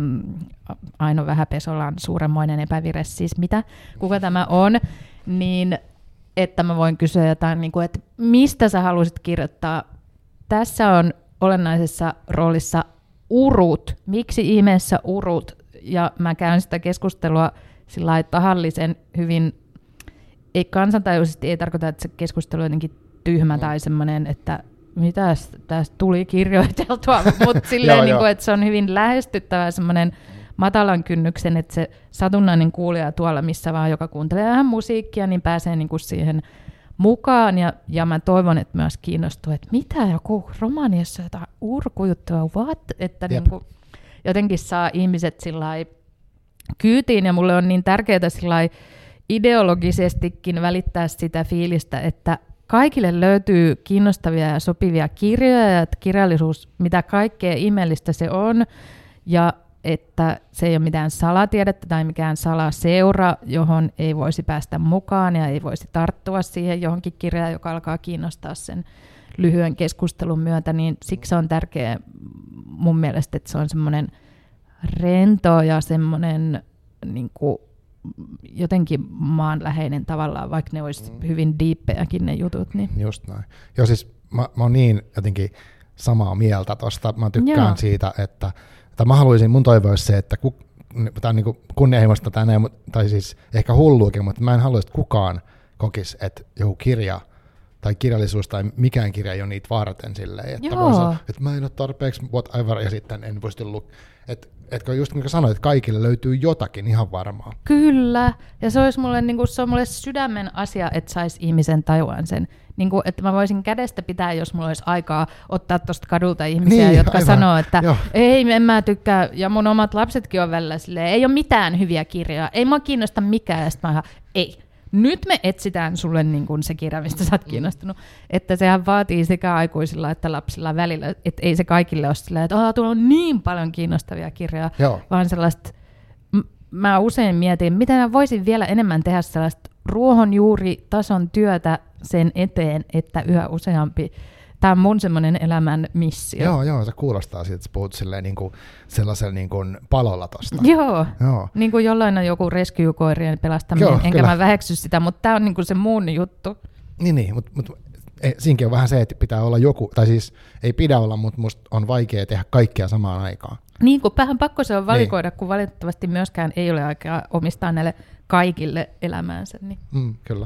Aino Vähäpesolan suuremmoinen epävire, siis kuka tämä on, niin että mä voin kysyä jotain, niin kuin, että mistä sä haluaisit kirjoittaa. Tässä on olennaisessa roolissa urut. Miksi ihmeessä urut? Ja mä käyn sitä keskustelua sillä tahallisen hyvin, ei kansantajuisesti ei tarkoita, että se keskustelu on jotenkin tyhmä tai semmoinen, että mitä tästä tuli kirjoiteltua, mutta silleen, niin kuin, että se on hyvin lähestyttävä semmoinen matalan kynnyksen, että se satunnainen kuulija tuolla, missä vaan joka kuuntelee vähän musiikkia, niin pääsee niin kuin siihen mukaan, ja mä toivon, että myös kiinnostuu, että mitä joku romaaniassa jotain urkujuttua, what? Että niin kuin jotenkin saa ihmiset sillai kyytiin, ja mulle on niin tärkeää sillai ideologisestikin välittää sitä fiilistä, että kaikille löytyy kiinnostavia ja sopivia kirjoja, ja että kirjallisuus, mitä kaikkea ihmeellistä se on, ja että se ei ole mitään salatiedettä tai mikään salaseura, johon ei voisi päästä mukaan ja ei voisi tarttua siihen johonkin kirjaan, joka alkaa kiinnostaa sen lyhyen keskustelun myötä, niin siksi on tärkeää mun mielestä, että se on semmoinen rento ja semmoinen niin kuin jotenkin maanläheinen tavallaan, vaikka ne olisi hyvin diippejäkin ne jutut. Niin. Just näin. Joo, siis mä oon niin jotenkin samaa mieltä tosta. Mä tykkään siitä, että mä haluaisin, mun toivo olisi se, että tämä on niin kunnianhimoista tai siis ehkä hulluakin, mutta mä en halua, että kukaan kokisi, että joku kirja tai kirjallisuus tai mikään kirja ei ole niitä varten silleen, että, että mä en ole tarpeeksi whatever, ja sitten en pysty että just niin kuin sanoit, että kaikille löytyy jotakin ihan varmaa. Kyllä, ja se olisi mulle, niin kuin, se on mulle sydämen asia, että saisi ihmisen tajuan sen. Niin kuin, että mä voisin kädestä pitää, jos mulla olisi aikaa ottaa tuosta kadulta ihmisiä, niin, jotka sanoo, että ei, en mä tykkää, ja mun omat lapsetkin on välillä silleen, ei ole mitään hyviä kirjoja, ei mua kiinnosta mikään, ja sitten mä ei. Nyt me etsitään sulle niin kuin se kirja, mistä sä oot kiinnostunut. Että sehän vaatii sekä aikuisilla että lapsilla välillä, että ei se kaikille ole silleen, että tuolla on niin paljon kiinnostavia kirjoja, vaan sellaista, mä usein mietin, miten mä voisin vielä enemmän tehdä sellaista ruohonjuuritason työtä sen eteen, että yhä useampi, tämä on mun semmoinen elämän missio. Joo, se kuulostaa siltä, että sä puhut silleen niin kuin sellaisella niin kuin palolla tosta. Joo. Niin kuin jollain on joku rescue-koirien pelastaminen, enkä mä väheksy sitä, mutta tämä on niin kuin se mun juttu. Niin, mutta siinäkin on vähän se, että pitää olla joku, tai siis ei pidä olla, mutta musta on vaikea tehdä kaikkea samaan aikaan. Niin, kun vähän pakko se on valikoida, kun valitettavasti myöskään ei ole aikaa omistaa näille kaikille elämäänsä. Niin. Kyllä.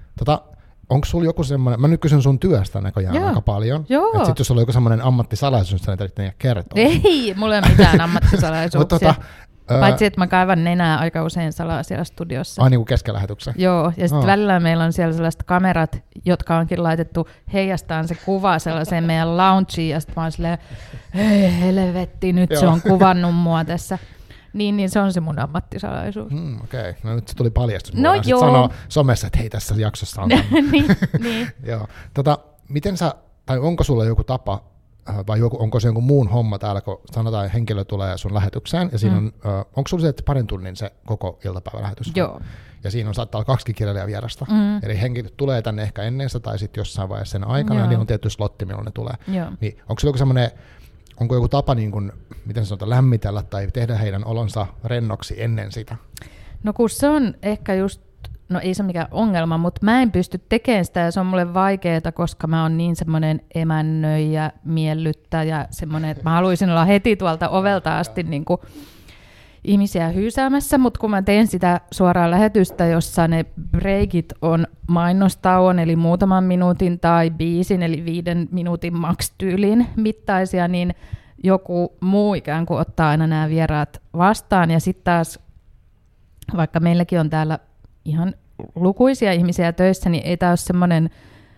Onko sulla joku semmoinen, mä nyt kysyn sun työstä näköjään aika paljon, että sit jos sulla on joku semmoinen ammattisalaisuus, niin tarvitsee kertoa. Ei, mulla ei ole mitään ammattisalaisuuksia. Paitsi, että mä kaivan nenää aika usein salaa siellä studiossa. Niin kuin keskelähetyksen. Joo, ja sitten välillä meillä on siellä sellaiset kamerat, jotka onkin laitettu heijastaan se kuva sellaiseen meidän loungeen, ja sitten mä oon silleen, hei helvetti, nyt se on kuvannut mua tässä. Niin se on se mun ammattisalaisuus. Okei. No nyt se tuli paljastus. Voidaan sitten sanoa somessa, että hei, tässä jaksossa on niin. Joo. Miten tai onko sulla joku tapa, vai onko se jonkun muun homma täällä, kun sanotaan, että henkilö tulee sun lähetykseen, ja siinä on, onko sulla se, että parin tunnin se koko iltapäivälähetys? Joo. Ja siinä on saattaa olla 2 kirjailijavierasta. Eli henkilöt tulee tänne ehkä ennen sitä, tai sitten jossain vaiheessa sen aikana, niin on tietty slotti, milloin ne tulee. Niin, onko sulla joku semmoinen, onko joku tapa, niin kuin, miten sanotaan, lämmitellä tai tehdä heidän olonsa rennoksi ennen sitä? No kun se on ehkä just, no ei se mikään ongelma, mutta mä en pysty tekemään sitä ja se on mulle vaikeaa, koska mä oon niin semmoinen emännöijä, miellyttäjä, semmoinen, että mä haluaisin olla heti tuolta ovelta asti niin kuin ihmisiä hyysäämässä, mutta kun mä teen sitä suoraa lähetystä, jossa ne breakit on mainostauon, eli muutaman minuutin tai biisin, eli 5 minuutin max-tyylin mittaisia, niin joku muu ikään kuin ottaa aina nämä vieraat vastaan, ja sitten taas, vaikka meilläkin on täällä ihan lukuisia ihmisiä töissä, niin ei tämä ole semmoinen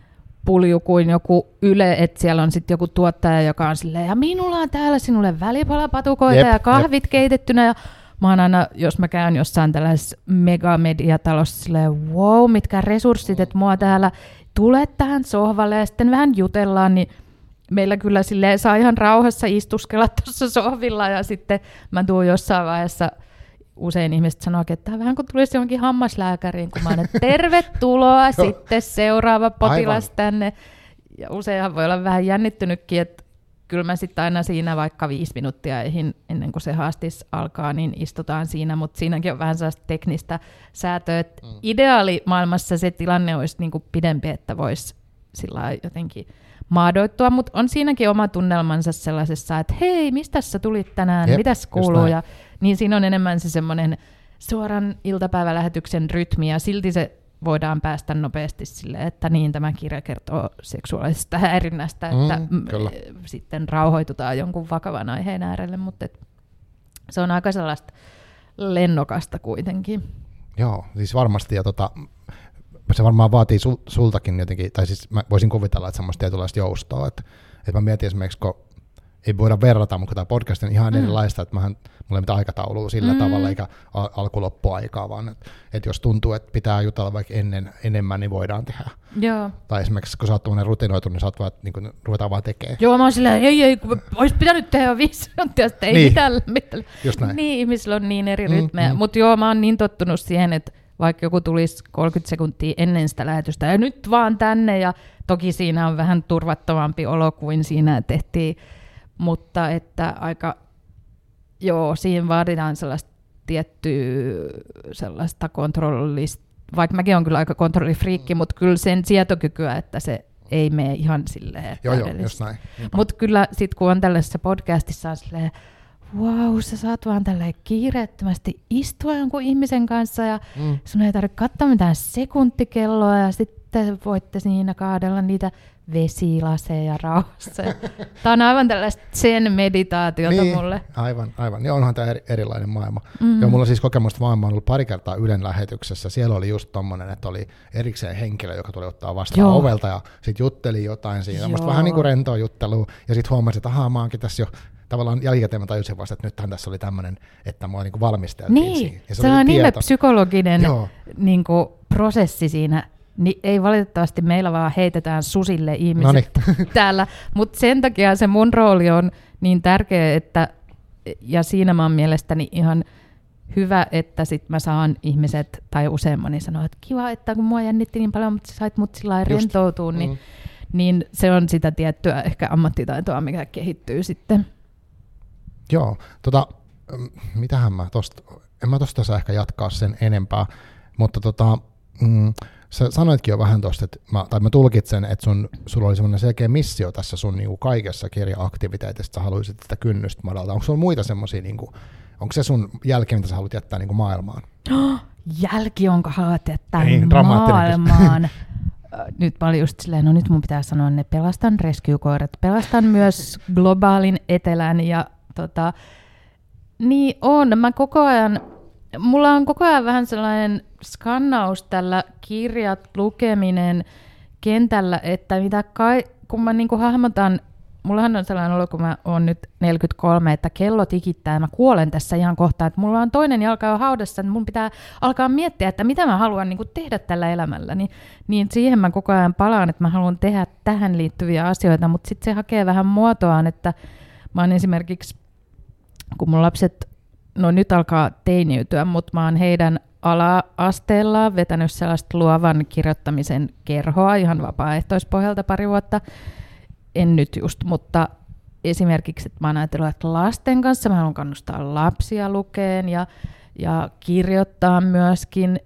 pulju kuin joku Yle, että siellä on sitten joku tuottaja, joka on silleen, ja minulla on täällä sinulle välipalapatukoita ja kahvit keitettynä, ja mä oon aina, jos mä käyn jossain tällaisessa megamediatalossa silleen, wow, mitkä resurssit, että mua täällä tule tähän sohvalle ja sitten vähän jutellaan, niin meillä kyllä silleen saa ihan rauhassa istuskella tuossa sohvilla, ja sitten mä tuun jossain vaiheessa, usein ihmiset sanoo, että tämä vähän kuin tulisi johonkin hammaslääkäriin, kun mä oon, että tervetuloa sitten seuraava potilas tänne. Ja useinhan voi olla vähän jännittynytkin, että kyllä mä sitten aina siinä vaikka 5 minuuttia ennen kuin se haastis alkaa, niin istutaan siinä, mutta siinäkin on vähän sellaista teknistä säätöä, että ideaalimaailmassa se tilanne olisi niin kuin pidempi, että voisi sillä jotenkin maadoittua, mutta on siinäkin oma tunnelmansa sellaisessa, että hei, mistä sä tulit tänään, mitäs kuuluu, ja niin siinä on enemmän se semmoinen suoran iltapäivälähetyksen rytmi, ja silti se voidaan päästä nopeasti silleen, että niin tämä kirja kertoo seksuaalisesta häirinnästä, että sitten rauhoitutaan jonkun vakavan aiheen äärelle, mutta se on aika sellaista lennokasta kuitenkin. Joo, siis varmasti, ja se varmaan vaatii sultakin jotenkin, tai siis mä voisin kuvitella, että semmoista tietynlaista joustoa, että mä mietin esimerkiksi, kun ei voida verrata, mutta tämä podcast on ihan erilaista, että mulla ei mitään aikataulua sillä tavalla, eikä alku-loppuaikaa, vaan että jos tuntuu, että pitää jutella vaikka enemmän, niin voidaan tehdä. Joo. Tai esimerkiksi, kun sä oot tuollainen rutinoitu, niin sä oot vaan, niin kuin, ruvetaan vaan tekemään. Joo, mä oon silleen, ei, olisi pitänyt tehdä 5 minuuttia, että ei mitään. Just näin. Niin, ihmisillä on niin eri rytmejä, mutta joo, mä oon niin tottunut siihen, että vaikka joku tulisi 30 sekuntia ennen sitä lähetystä, ja nyt vaan tänne, ja toki siinä on vähän turvattomampi olo kuin siinä tehtiin, mutta että aika, joo, siihen vaaditaan sellaista tiettyä sellaista kontrollista, vaikka mäkin on kyllä aika kontrollifriikki, mutta kyllä sen sietokykyä, että se ei mene ihan silleen. Joo, just näin. Mutta kyllä sitten kun on tällaisessa podcastissa on silleen, wow, sä saat vaan tälleen kiireettömästi istua jonkun ihmisen kanssa ja sun ei tarvitse katsoa mitään sekuntikelloa ja sitten te voitte siinä kaadella niitä vesilaseja rauhassa. Tämä on aivan tällaista zen-meditaatiota niin, mulle. Aivan. Ja onhan tämä erilainen maailma. Ja mulla on siis kokemusta maailmaa ollut pari kertaa Ylen lähetyksessä. Siellä oli just tommonen, että oli erikseen henkilö, joka tuli ottaa vastaan ovelta ja sitten jutteli jotain siinä. Vähän niin kuin rentoa juttelua. Ja sitten huomasin, että mä oonkin tässä jo tavallaan jälkikäteen mä tajusin vasta, että nythän tässä oli tämmöinen, että mua niinku valmisteltiin siihen. Ja se on niin psykologinen niinku prosessi siinä. Niin ei valitettavasti meillä vaan heitetään susille ihmiset täällä, mutta sen takia se mun rooli on niin tärkeä, että, ja siinä mä oon mielestäni ihan hyvä, että sit mä saan ihmiset tai useammani sanoa, että kiva, että kun mua jännitti niin paljon, mutta sait mut sillä lailla rentoutua, niin se on sitä tiettyä ehkä ammattitaitoa, mikä kehittyy sitten. Joo, mitähän en mä tosta saa ehkä jatkaa sen enempää, mutta sä sanoitkin jo vähän tuosta, mä tulkitsen, että sulla oli semmoinen selkeä missio tässä sun niinku kaikessa kirja-aktiviteetissa, sä haluaisit sitä kynnystä madaltaa. Onko sulla muita semmoisia, niinku, onko se sun jälki, mitä sä haluat jättää niinku maailmaan? Jälki, jonka haluat jättää maailmaan? Nyt mä olin just silleen, nyt mun pitää sanoa, ne pelastan rescue-koirat, pelastan myös globaalin etelän ja niin on, mulla on koko ajan vähän sellainen skannaus tällä kirjat lukeminen kentällä, että kun mä niinku hahmotan, mullahan on sellainen olo, kun mä oon nyt 43, että kello tikittää ja mä kuolen tässä ihan kohta, että mulla on toinen jalka jo haudassa, niin mun pitää alkaa miettiä, että mitä mä haluan niinku tehdä tällä elämällä, niin siihen mä koko ajan palaan, että mä haluan tehdä tähän liittyviä asioita, mutta sitten se hakee vähän muotoaan, että mä oon esimerkiksi, kun mun lapset nyt alkaa teiniytyä, mutta mä oon heidän ala-asteellaan vetänyt sellaista luovan kirjoittamisen kerhoa ihan vapaaehtoispohjalta pari vuotta. En nyt just, mutta esimerkiksi, että mä oon ajatellut, että lasten kanssa mä haluan kannustaa lapsia lukeen ja kirjoittaa myöskin.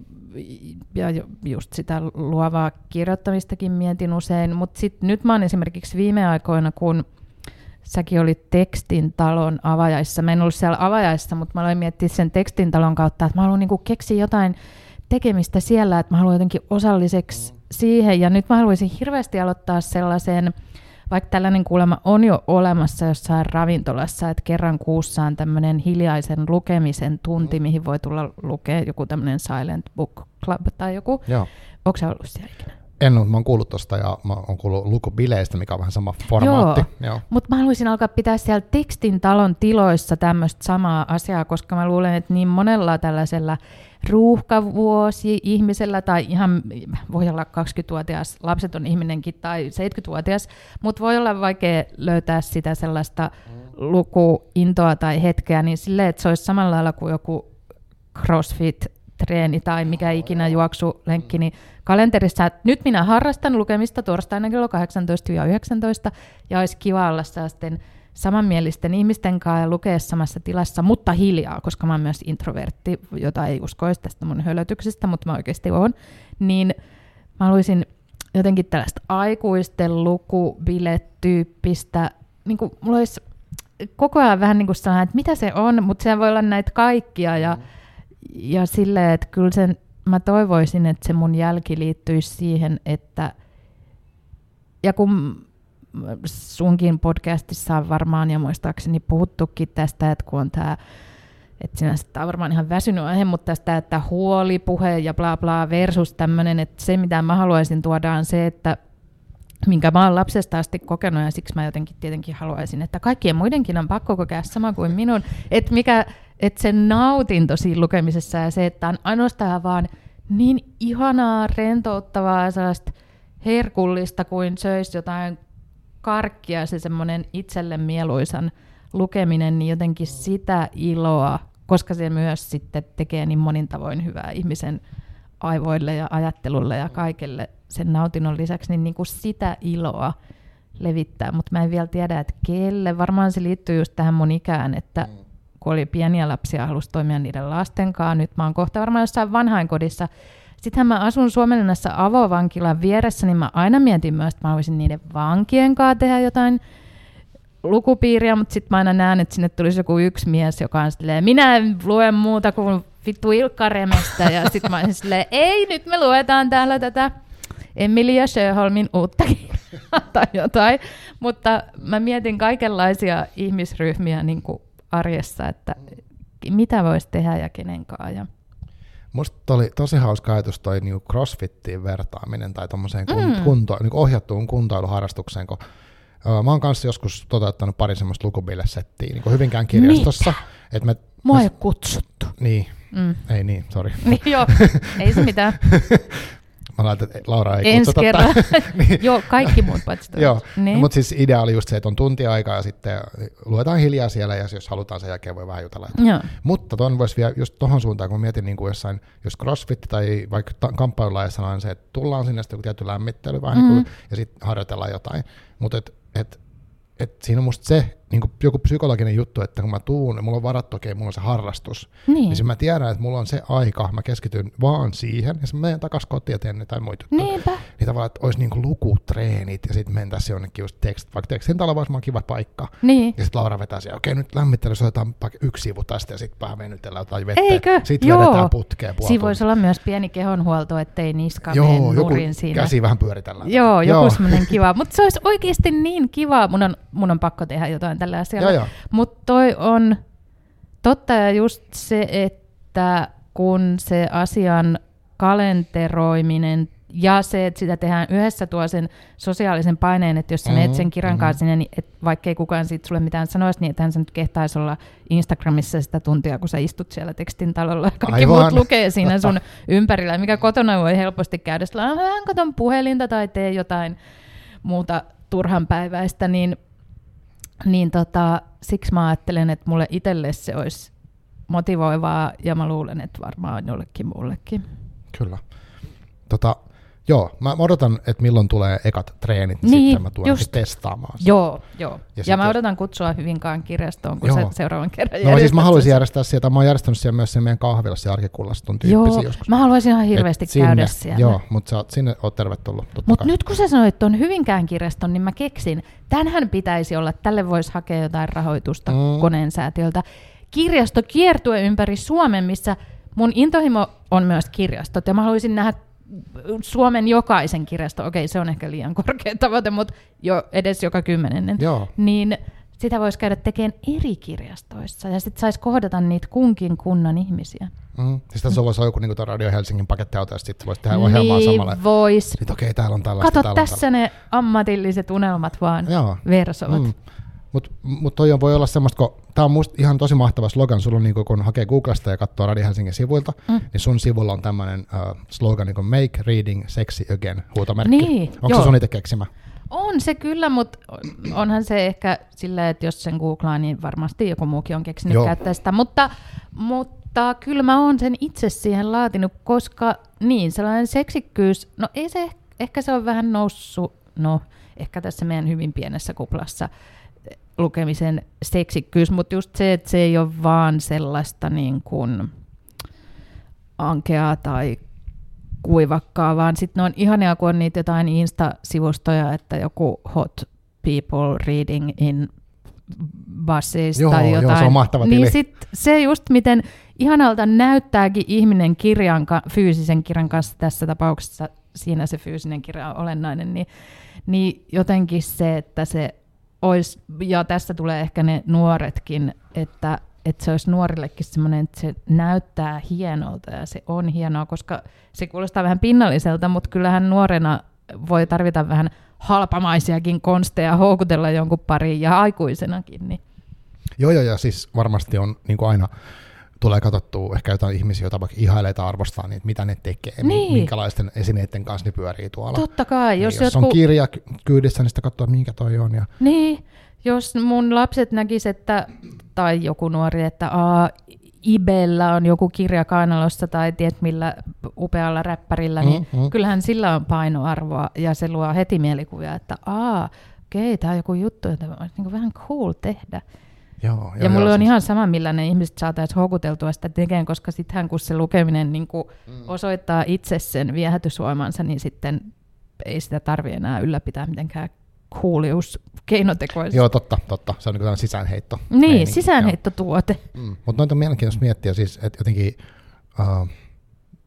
Ja just sitä luovaa kirjoittamistakin mietin usein, mutta nyt mä oon esimerkiksi viime aikoina, kun säkin olit Tekstin talon avajaissa. Mä en ollut siellä avajaissa, mutta mä aloin miettiä sen Tekstin talon kautta, että mä haluan niinku keksiä jotain tekemistä siellä, että mä haluan jotenkin osalliseksi siihen. Ja nyt mä haluaisin hirveästi aloittaa sellaisen, vaikka tällainen kuulemma on jo olemassa jossain ravintolassa, että kerran kuussa on tämmöinen hiljaisen lukemisen tunti, mihin voi tulla lukea joku tämmöinen silent book club tai joku. Joo. Onko sä ollut siellä ikinä? En ole, mä oon kuullut tosta ja mä oon kuullut lukubileistä, mikä on vähän sama formaatti. Joo. Mutta mä haluaisin alkaa pitää siellä Tekstin talon tiloissa tämmöistä samaa asiaa, koska mä luulen, että niin monella tällaisella ruuhkavuosi-ihmisellä tai ihan voi olla 20-vuotias lapseton ihminenkin tai 70-vuotias, mutta voi olla vaikea löytää sitä sellaista lukuintoa tai hetkeä, niin silleen, että se olisi samalla lailla kuin joku CrossFit-treeni tai mikä ikinä juoksulenkki, niin kalenterissa, että nyt minä harrastan lukemista torstaina kello 18-19 ja olisi kiva olla sellaisten samanmielisten ihmisten kanssa ja lukea samassa tilassa, mutta hiljaa, koska mä oon myös introvertti, jota ei uskoisi tästä mun hölötyksestä, mutta mä oikeasti oon, niin mä haluaisin jotenkin tällaista aikuisten lukubiletyyppistä, niin kuin mulla olisi koko ajan vähän niin kuin sellainen, että mitä se on, mutta se voi olla näitä kaikkia ja silleen, että kyllä mä toivoisin, että se mun jälki liittyisi siihen, että ja kun sunkin podcastissa on varmaan ja muistaakseni puhuttukin tästä, että kun on tämä, että sinänsä tämä on varmaan ihan väsynyt aihe, mutta tästä, että huoli, puhe ja bla bla versus tämmöinen, että se mitä mä haluaisin tuoda on se, että minkä mä oon lapsesta asti kokenut ja siksi mä jotenkin tietenkin haluaisin, että kaikkien muidenkin on pakko kokea sama kuin minun, että se nautinto siinä lukemisessa ja se, että on ainoastaan vaan niin ihanaa, rentouttavaa ja sellaista herkullista kuin söisi jotain karkkia, se semmoinen itselle mieluisan lukeminen, niin jotenkin sitä iloa, koska se myös sitten tekee niin monin tavoin hyvää ihmisen aivoille ja ajattelulle ja kaikelle sen nautinnon lisäksi, niin kuin sitä iloa levittää, mutta mä en vielä tiedä, että kelle. Varmaan se liittyy just tähän mun ikään, että kun oli pieniä lapsia, halusi toimia niiden lasten kanssa, nyt mä oon kohta varmaan jossain vanhainkodissa. Sittenhän mä asun Suomenlinnassa avovankilan vieressä, niin mä aina mietin myös, että mä haluaisin niiden vankien kanssa tehdä jotain lukupiiriä, mutta sitten mä aina näen, että sinne tulisi joku yksi mies, joka on silleen, minä en lue muuta kuin vittu Ilkka Remestä, ja sitten mä olisin silleen, ei, nyt me luetaan täällä tätä Emilia Sjöholmin uutta kirjaa tai jotain, mutta mä mietin kaikenlaisia ihmisryhmiä niin kuin arjessa, että mitä voisi tehdä ja kenenkaan. Ja musta oli tosi hauska ajatus toi niin crossfittiin vertaaminen tai tommoseen niin ohjattuun kuntoiluharrastukseen, kun mä oon kanssa joskus toteuttanut pari semmoista lukubille-settiä niin Hyvinkään kirjastossa. Mua ei ole kutsuttu. Niin, ei niin, sori. Niin, joo, ei se mitään. Mä laitan, että Laura ei ensi kutsuta. kerran. Niin. Joo, kaikki muut paitsi toi. Joo, niin. Mutta siis idea oli just se, että on tunti-aikaa ja sitten luetaan hiljaa siellä ja jos halutaan sen jälkeen voi vähän jutella. Mutta tuon voisi vielä just tohon suuntaan, kun mietin niin kuin jossain, jos crossfit tai vaikka kamppailulajassa on se, että tullaan sinne sitten tietty lämmittely vähän niin kuin, ja sitten harjoitellaan jotain. Mutta siinä on musta se niin kuin joku psykologinen juttu, että kun mä tuun, mulla on varattu, okei, mulla on se harrastus, niin mä tiedän, että mulla on se aika, mä keskityn vaan siihen, ja sitten menen takaisin kotiin ja teen jotain muita. Niinpä. Niin tavallaan, että olisi niin kuin lukutreenit, ja sitten mentäisiin jonnekin just vaikka tekstin talo olisi kiva paikka, niin. Ja sitten Laura vetää siellä, okei, nyt lämmittelyssä otetaan yksi sivu tästä, ja sitten vähän venytellään jotain vettä. Eikö? Sitten vedetään putkeen puolta. Siinä voisi olla myös pieni kehonhuolto, ettei niska mene nurin siinä. Käsi vähän pyöritellään. Joo, joku semmoinen kiva. Mutta se olisi oikeasti niin kiva, mun on pakko tehdä jotain tällä asialla. Mutta toi on totta ja just se, että kun se asian kalenteroiminen ja se, että sitä tehdään yhdessä, tuo sen sosiaalisen paineen, että jos sä menet sen kirjan kanssa sinne, niin vaikka ei kukaan siitä sulle mitään sanoisi, niin ethän sä nyt kehtaisi olla Instagramissa sitä tuntia, kun sä istut siellä tekstin talolla ja kaikki muut lukee siinä sun ympärillä, mikä kotona voi helposti käydä, vähän katon puhelinta tai tee jotain muuta turhanpäiväistä, niin siksi mä ajattelen, että mulle itselle se olisi motivoivaa ja mä luulen, että varmaan jollekin muullekin. Kyllä. Joo, mä odotan, että milloin tulee ekat treenit, niin sitten mä tuon testaamaan. Joo. Ja mä odotan kutsua Hyvinkään kirjastoon, kun sä seuraavan kerran järjestät. No siis mä haluaisin järjestää sieltä, mä oon järjestänyt siellä myös sen meidän kahvilassa ja Arkikullassa ton tyyppisiä joskus. Mä haluaisin ihan hirveästi käydä siellä. Joo, mutta sinne oot tervetullut. Mutta nyt kun sä sanoit ton Hyvinkään kirjaston, niin mä keksin, tänhän pitäisi olla, tälle voisi hakea jotain rahoitusta Koneen säätiöltä. Kirjasto kiertue ympäri Suomen, missä mun intohimo on myös kirjastot, ja mä haluaisin nähdä Suomen jokaisen kirjasto, okei, se on ehkä liian korkea tavoite, mutta edes joka 10. Niin sitä voisi käydä tekemään eri kirjastoissa, ja sitten saisi kohdata niitä kunkin kunnan ihmisiä. Sitten se voisi olla joku niin Radio Helsingin pakettiauto, ja sitten voisi tehdä ohjelmaa samalla. Niin voisi. Sitten okei, täällä on tällaista. Kato, tässä ne ammatilliset unelmat vaan versovat. Mutta toi voi olla semmoista, kun tämä on musta ihan tosi mahtava slogan, sulla on niin kun hakee Googlesta ja katsoo Radio Helsingin sivuilta, niin sun sivulla on tämmöinen slogan niin kuin Make Reading Sexy Again, huutomerkki. Niin, onko se sun itse keksimä? On se kyllä, mutta onhan se ehkä silleen, että jos sen googlaa, niin varmasti joku muukin on keksinyt käyttää sitä, mutta kyllä mä oon sen itse siihen laatinut, koska niin, sellainen seksikkyys, no ei se, ehkä se on vähän noussut, ehkä tässä meidän hyvin pienessä kuplassa, lukemisen seksikkyys, mutta just se, että se ei ole vaan sellaista niin kuin ankeaa tai kuivakkaa, vaan sitten ne on ihania, kun on niitä jotain Insta-sivustoja, että joku hot people reading in buses tai jotain. Joo, se on mahtava tili. Niin sit se just, miten ihanalta näyttääkin ihminen fyysisen kirjan kanssa, tässä tapauksessa siinä se fyysinen kirja on olennainen, niin jotenkin se, että se olisi, ja tässä tulee ehkä ne nuoretkin, että se olisi nuorillekin semmoinen, että se näyttää hienolta ja se on hienoa, koska se kuulostaa vähän pinnalliselta, mutta kyllähän nuorena voi tarvita vähän halpamaisiakin konsteja houkutella jonkun pariin ja aikuisenakin. Niin. Joo, ja siis varmasti on niin kuin aina tulee katsottua ehkä jotain ihmisiä, joita vaikka ihailee tai arvostaa, niin mitä ne tekee, minkälaisten esineiden kanssa ne pyörii tuolla. Totta kai. Jos on kirja kyydissä, niin sitä katsoo, minkä toi on. Ja niin, jos mun lapset näkis, tai joku nuori, että Ibellä on joku kirja kainalossa tai tiedät millä upealla räppärillä, niin kyllähän sillä on painoarvoa ja se luo heti mielikuvia, että okei, tämä on joku juttu, jota olisi niin vähän cool tehdä. Ja mulle on ihan sama, millä ne ihmiset saataisiin houkuteltua sitä tekemään, koska sittenhän kun se lukeminen niin kuin osoittaa itse sen viehätysvoimansa, niin sitten ei sitä tarvitse enää ylläpitää mitenkään coolius keinotekoisesti. Joo, totta. Se on niin kuin sisäänheitto. Niin, sisäänheittotuote. Mutta noita on mielenkiintoista miettiä, siis, että jotenkin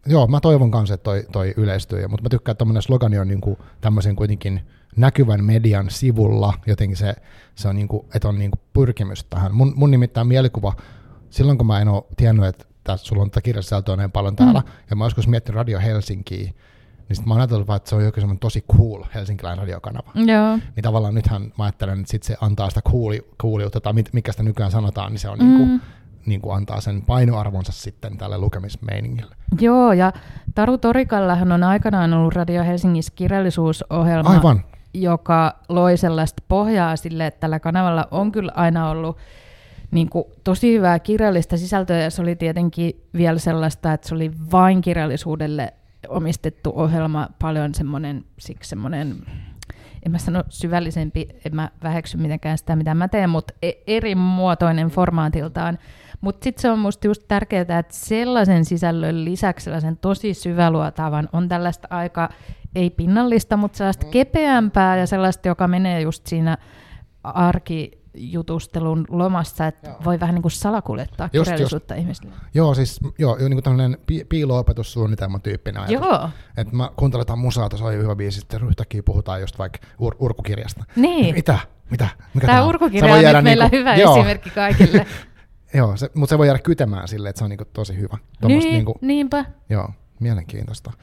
joo, mä toivon kanssa, että toi yleistyy, mutta mä tykkään, että tommoinen slogani on niinku tämmöisen kuitenkin näkyvän median sivulla, jotenkin se on, niinku, että on niinku pyrkimys tähän. Mun nimittäin mielikuva, silloin kun mä en ole tiennyt, että sulla on tätä kirjasisältöä näin paljon täällä, ja mä joskus miettinyt Radio Helsinkiä, niin sitten mä oon ajatellut, että se on joku semmoinen tosi cool helsinkiläinen radiokanava. Joo. Niin tavallaan nythän mä ajattelen, että sit se antaa sitä cooliutta, tai mikä sitä nykyään sanotaan, niin se on niinku antaa sen painoarvonsa sitten tälle lukemismeiningille. Joo, ja Taru Torikallahan on aikanaan ollut Radio Helsingissä kirjallisuusohjelma, Aivan. joka loi sellaista pohjaa sille, että tällä kanavalla on kyllä aina ollut niin kuin tosi hyvää kirjallista sisältöä, ja se oli tietenkin vielä sellaista, että se oli vain kirjallisuudelle omistettu ohjelma, paljon semmoinen, en mä sano syvällisempi, en mä väheksy mitenkään sitä, mitä mä teen, mutta eri muotoinen formaatiltaan. Mutta sitten se on musta just tärkeää, että sellaisen sisällön lisäksi sellaisen tosi syväluotaavan on tällaista aika, ei pinnallista, mutta sellaista kepeämpää ja sellaista, joka menee just siinä arkijutustelun lomassa, että voi vähän niin kuin salakuljettaa kirjallisuutta ihmisille. Joo, siis niin kuin tämmöinen piilo-opetussuunnitelma tyyppinen ajatus. Joo. Että mä kuunteletaan musaa, tuossa on hyvä biisi, sitten yhtäkkiä puhutaan just vaikka urkukirjasta. Niin. Mitä? Mikä tämä urkukirja on nyt meillä hyvä esimerkki kaikille. Joo, mutta se voi jäädä kytemään silleen, että se on niinku tosi hyvä. Niinpä. Joo, mielenkiintoista.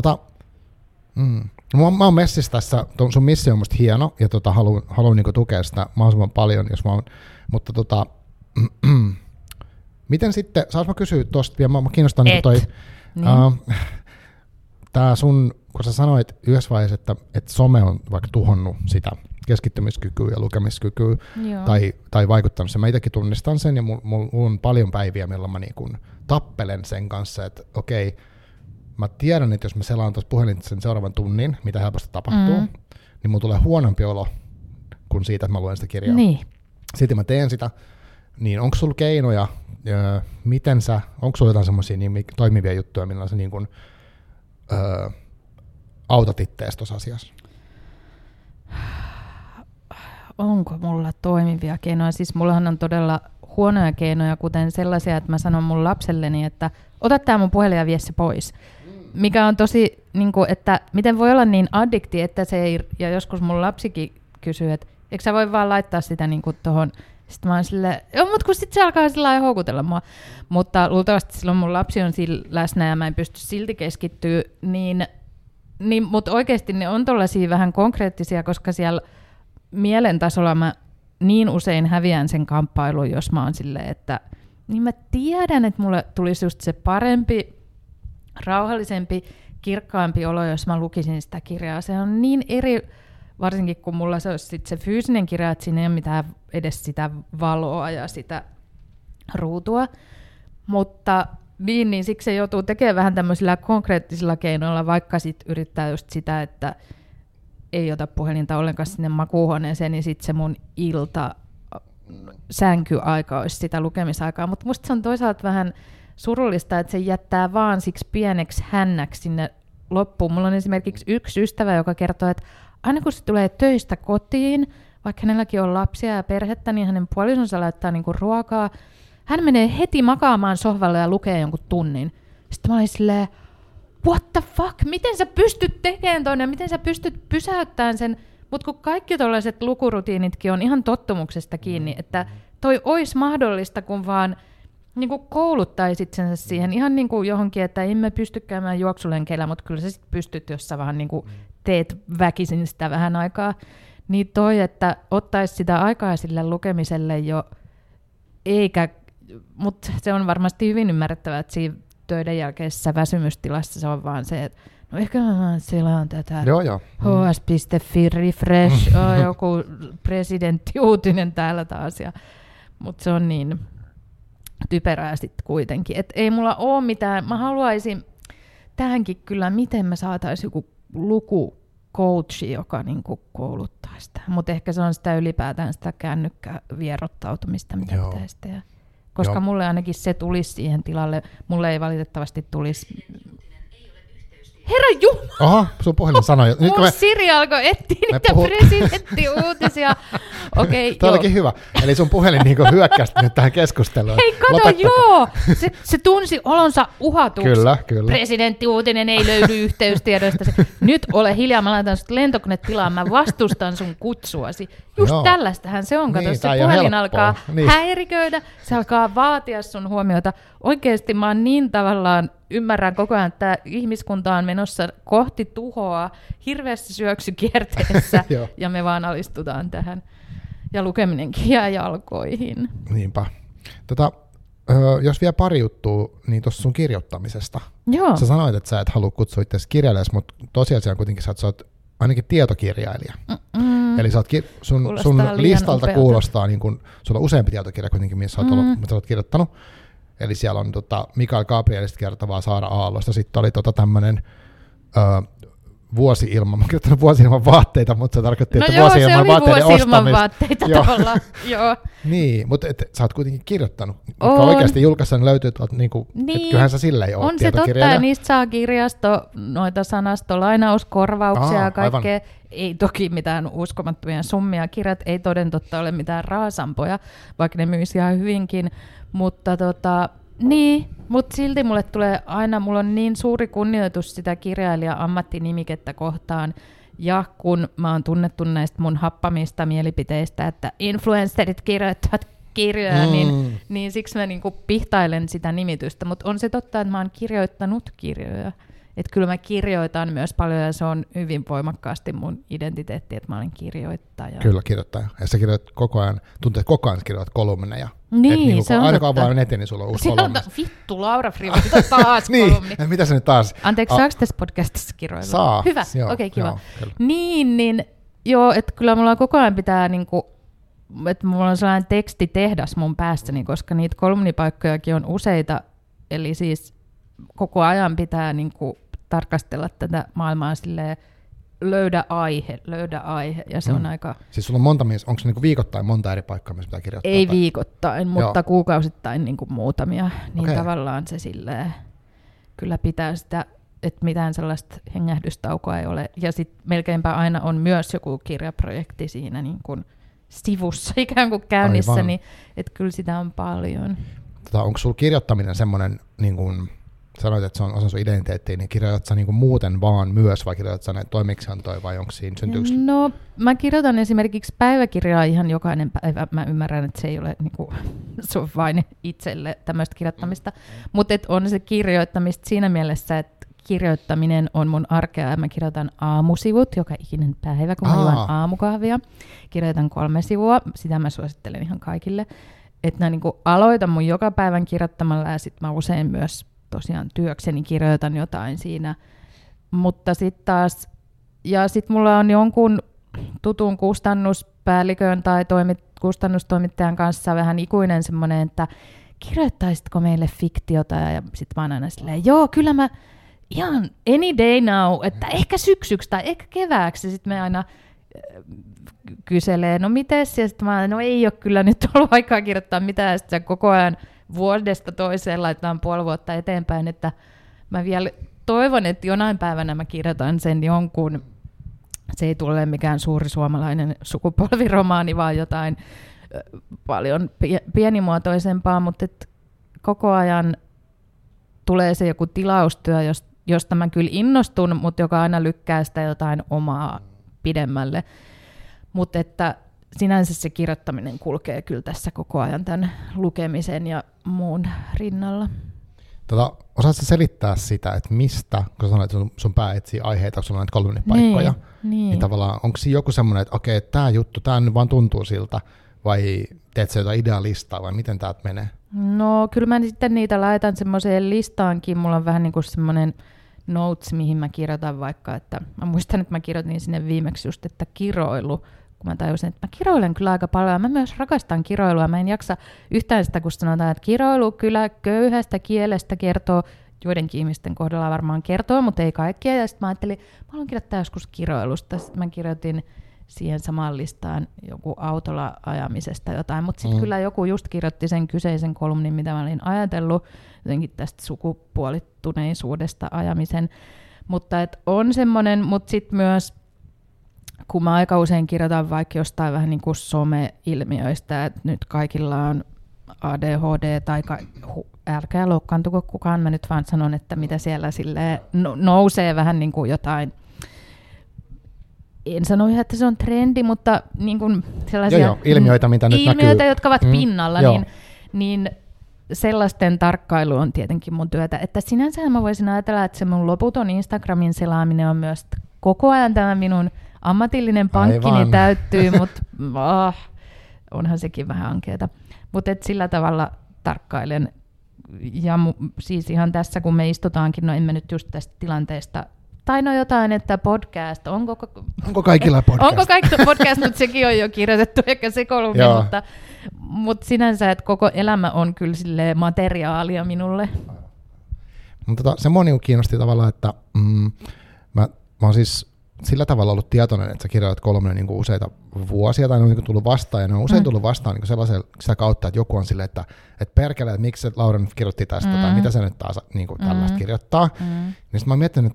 Mä oon messissä tässä, sun missio on musta hieno, ja haluan niinku tukea sitä mahdollisimman paljon, mutta miten sitten, saanko mä kysyä tuosta vielä, mä kiinnostan niinku toi, tää sun, kun sä sanoit yhdessä vaiheessa, että some on vaikka tuhonnut sitä keskittymiskykyä ja lukemiskykyä tai vaikuttanut sen. Mä itsekin tunnistan sen, ja mulla on paljon päiviä, milloin mä niin kun tappelen sen kanssa, että okei, mä tiedän, että jos mä selaan tuossa puhelinta sen seuraavan tunnin, mitä helposti tapahtuu, niin mulla tulee huonompi olo kuin siitä, että mä luen sitä kirjaa. Niin. Silti mä teen sitä. Niin onko sulla keinoja, onko sulla jotain semmoisia toimivia juttuja, millä sä niin kun, autat ittees tuossa asiassa? Onko mulla toimivia keinoja? Siis mullahan on todella huonoja keinoja, kuten sellaisia, että mä sanon mun lapselleni, että ota tää mun puhelin ja vie se pois. Mikä on tosi, niin kuin, että miten voi olla niin addikti, että se ei, ja joskus mun lapsikin kysyy, että eikö sä voi vaan laittaa sitä niin kuin tohon. Sitten mä oon silleen, joo, mutta kun sit se alkaa sillä lailla houkutella mua. Mutta luultavasti silloin mun lapsi on läsnä ja mä en pysty silti keskittyä, mutta oikeasti ne on tollaisia vähän konkreettisia, koska siellä mielen tasolla mä niin usein häviän sen kamppailun, jos mä oon silleen, että niin mä tiedän, että mulle tulisi just se parempi, rauhallisempi, kirkkaampi olo, jos mä lukisin sitä kirjaa. Se on niin eri, varsinkin kun mulla se olisi sit se fyysinen kirja, että siinä ei ole mitään edes sitä valoa ja sitä ruutua. Mutta niin siksi se joutuu tekemään vähän tämmöisillä konkreettisilla keinoilla, vaikka sit yrittää just sitä, että ei ota puhelinta ollenkaan sinne makuuhuoneeseen, niin sitten se mun sänkyaika olisi sitä lukemisaikaa. Mutta musta se on toisaalta vähän surullista, että se jättää vaan siksi pieneksi hännäksi sinne loppuun. Mulla on esimerkiksi yksi ystävä, joka kertoo, että aina kun se tulee töistä kotiin, vaikka hänelläkin on lapsia ja perhettä, niin hänen puolisonsa laittaa niinku ruokaa. Hän menee heti makaamaan sohvalle ja lukee jonkun tunnin. Sitten mä olin silleen, what the fuck, miten sä pystyt tekemään ton ja miten sä pystyt pysäyttämään sen, mutta kun kaikki tällaiset lukurutiinitkin on ihan tottumuksesta kiinni, että toi olisi mahdollista, kun vaan niin kuin kouluttaisit sen siihen ihan niin kuin johonkin, että emme pysty käymään juoksulenkeillä, mutta kyllä sä sitten pystyt, jos sä vaan niin kuin teet väkisin sitä vähän aikaa, niin toi, että ottaisi sitä aikaa sille lukemiselle jo, mutta se on varmasti hyvin ymmärrettävää, että siinä töiden jälkeisessä väsymystilassa se on vaan se, että no ehkä mä selaan tätä hs.fi refresh, joku presidenttiuutinen täällä taas, mutta se on niin typerää sitten kuitenkin, että ei mulla ole mitään, mä haluaisin tähänkin kyllä, miten me saataisiin joku lukucoachi, joka niinku kouluttaa sitä, mutta ehkä se on sitä ylipäätään sitä kännykkävierottautumista, mitä pitäisi tehdä. Koska mulle ainakin se tulisi siihen tilalle. Mulle ei valitettavasti tulisi. Herra Jumala! Oho, sun puhelin sanoi. Mun Siri alkoi etsiä niitä presidenttiuutisia. Okei, Tämä olikin hyvä. Eli sun puhelin niin hyökkäsi nyt tähän keskusteluun. Hei, kato, joo! Se tunsi olonsa uhatuksi. Kyllä. Presidenttiuutinen ei löydy yhteystiedoista. Nyt ole hiljaa, mä laitan sut lentokonetilaan, mä vastustan sun kutsuasi. Just tällaistähän se on, kato, niin, se puhelin alkaa häiriköidä, se alkaa vaatia sun huomiota. Oikeasti mä oon niin tavallaan, ymmärrän koko ajan, että ihmiskunta on menossa kohti tuhoa hirveässä syöksykierteessä, ja me vaan alistutaan tähän. Ja lukeminenkin jää jalkoihin. Niinpä. Jos vielä pari juttua, niin tuossa sun kirjoittamisesta. Joo. Sä sanoit, että sä et halua kutsua itse kirjailijaksi, mutta tosiasiassa kuitenkin sä oot ainakin tietokirjailija. Eli sä oot sun listalta upealta. Kuulostaa, niin kun, sulla on useampi tietokirja kuitenkin, missä sä oot kirjoittanut. Eli siellä on Mikael Gabrielista kertovaa Saara Aallosta, sitten oli tämmöinen vuosi ilman, mä oon kirjoittanut vuosi ilman vaatteita, mutta se tarkoitti, että vuosi ilman vaatteiden ostamista. No joo, se oli vuosi ilman vaatteita tavallaan, joo. Niin, mutta sä oot kuitenkin kirjoittanut, jotka oikeasti julkaissa niin löytyy, että kyllähän sä silleen oot tietokirjailija. On se totta, ja niistä saa kirjasto, noita sanastolainauskorvauksia ja kaikkea. Aivan. Ei toki mitään uskomattomia summia, kirjat ei toden totta ole mitään raasampoja, vaikka ne myisi ihan hyvinkin, mutta niin, mutta silti mulla on niin suuri kunnioitus sitä kirjailija-ammattinimikettä kohtaan, ja kun mä oon tunnettu näistä mun happamista mielipiteistä, että influencerit kirjoittavat kirjoja, niin siksi mä niinku pihtailen sitä nimitystä, mutta on se totta, että mä oon kirjoittanut kirjoja. Että kyllä mä kirjoitan myös paljon, ja se on hyvin voimakkaasti mun identiteetti, että mä olen kirjoittaja. Kyllä, kirjoittaja. Ja sä kirjoitat koko ajan, tuntuu, että koko ajan kirjoitat kolumneja. Niin, se on aina kun avaa netin, niin sulla on uusi kolumni. Vittu, Laura Frivalta taas kolumni. Niin, mitä se nyt taas? Anteeksi, saako tässä podcastissa kiroilla? Saa. Hyvä, okei, kiva. Niin, joo, että kyllä mulla koko ajan pitää niinku, että mulla on sellainen tekstitehdas mun päässäni, koska niitä kolumnipaikkojakin on useita, eli siis koko ajan pitää niinku tarkastella tätä maailmaa silleen, löydä aihe, ja se on aika... Siis sulla on onko se niinku viikoittain monta eri paikkaa, missä pitää kirjoittaa? Ei viikoittain, mutta kuukausittain niinku muutamia, niin tavallaan se silleen, kyllä pitää sitä, että mitään sellaista hengähdystaukoa ei ole, ja sitten melkeinpä aina on myös joku kirjaprojekti siinä niin kuin sivussa ikään kuin käynnissä, niin että kyllä sitä on paljon. Onko sulla kirjoittaminen semmoinen, niin kuin sanoit, että se on osa sun identiteettiä, niin kirjoitat sä niin kuin muuten vaan myös, vai kirjoitat sä näitä toimeksiantoja, vai onko siinä syntyykö? No, mä kirjoitan esimerkiksi päiväkirjaa ihan jokainen päivä. Mä ymmärrän, että se ei ole niin kuin, se on vain itselle tämmöistä kirjoittamista, mutta on se kirjoittamista siinä mielessä, että kirjoittaminen on mun arkea, ja mä kirjoitan aamusivut joka ikinen päivä, kun mä juon aamukahvia. Kirjoitan 3 sivua, sitä mä suosittelen ihan kaikille. Että mä niin kuin aloitan mun joka päivän kirjoittamalla, ja sit mä usein myös tosiaan työkseni kirjoitan jotain siinä. Mutta sitten taas, ja sitten mulla on jonkun tutun kustannuspäällikön tai kustannustoimittajan kanssa vähän ikuinen semmoinen, että kirjoittaisitko meille fiktiota, ja sitten mä oon aina silleen, joo, kyllä mä ihan any day now, että ehkä syksyksi tai ehkä kevääksi, sitten me aina kyselee, no mites, ja sitten mä no ei ole kyllä nyt ollut aikaa kirjoittaa mitään, ja sitten koko ajan vuodesta toiseen laitetaan puoli vuotta eteenpäin, että mä vielä toivon, että jonain päivänä mä kirjoitan sen jonkun, se ei tule mikään suuri suomalainen sukupolviromaani, vaan jotain paljon pienimuotoisempaa, mutta et koko ajan tulee se joku tilaustyö, josta mä kyllä innostun, mutta joka aina lykkää sitä jotain omaa pidemmälle. Mutta että sinänsä se kirjoittaminen kulkee kyllä tässä koko ajan tämän lukemisen ja muun rinnalla. Osaatko selittää sitä, että mistä, kun sanoit, että sun pää etsii aiheita, kun sulla on näitä kolumnipaikkoja, niin tavallaan onko siinä joku semmoinen, että okei, tämä juttu, tämä nyt vaan tuntuu siltä, vai teet sä jotain idealistaa, vai miten tämä menee? No kyllä mä sitten niitä laitan semmoiseen listaankin, mulla on vähän niin kuin semmoinen notes, mihin mä kirjoitan vaikka, että mä muistan, että mä kirjoitin sinne viimeksi just, että kiroilu, kun mä tajusin, että mä kiroilen kyllä aika paljon, ja mä myös rakastan kiroilua, mä en jaksa yhtään sitä, kun sanotaan, että kiroilu kyllä köyhästä kielestä kertoo, joidenkin ihmisten kohdalla varmaan kertoo, mutta ei kaikkia, ja sitten mä ajattelin, mä haluan kirjoittaa joskus kiroilusta, sitten mä kirjoitin siihen samaan listaan joku autolla ajamisesta jotain, mutta sitten kyllä joku just kirjoitti sen kyseisen kolumnin, mitä mä olin ajatellut, jotenkin tästä sukupuolittuneisuudesta ajamisen, Mutta on semmoinen, mutta sitten myös, kun mä aika usein kirjoitan vaikka jostain vähän niin kuin some-ilmiöistä, että nyt kaikilla on ADHD tai älkää loukkaantuko kukaan, mä nyt vaan sanon, että mitä siellä silleen nousee vähän niin kuin jotain, en sano ihan, että se on trendi, mutta niin kuin sellaisia ilmiöitä, mitä nyt ilmiöitä, näkyy. jotka ovat pinnalla, niin sellaisten tarkkailu on tietenkin mun työtä. Että sinänsä mä voisin ajatella, että se mun loputon Instagramin selaaminen on myös koko ajan tämä minun ammatillinen pankkini täyttyy, mutta onhan sekin vähän ankeeta. Mutta sillä tavalla tarkkailen. Ja siis ihan tässä, kun me istutaankin, no emme nyt just tästä tilanteesta, tai no jotain, että podcast, onko kaikilla podcast? Onko kaikilla podcast, mutta sekin on jo kirjoitettu, ehkä se kolumni, mutta sinänsä, että koko elämä on kyllä silleen materiaalia minulle. Mutta se mua kiinnosti tavallaan, että mä oon siis sillä tavalla ollut tietoinen, että sä kirjoitat kolumnia niin useita vuosia, tai ne on niin tullut vastaan, ja ne on usein tullut vastaan niin sitä kautta, että joku on silleen, että perkele, että miksi Laura nyt kirjoitti tästä, tai mitä se nyt taas niin tällaista kirjoittaa. Niin sitten mä oon miettinyt,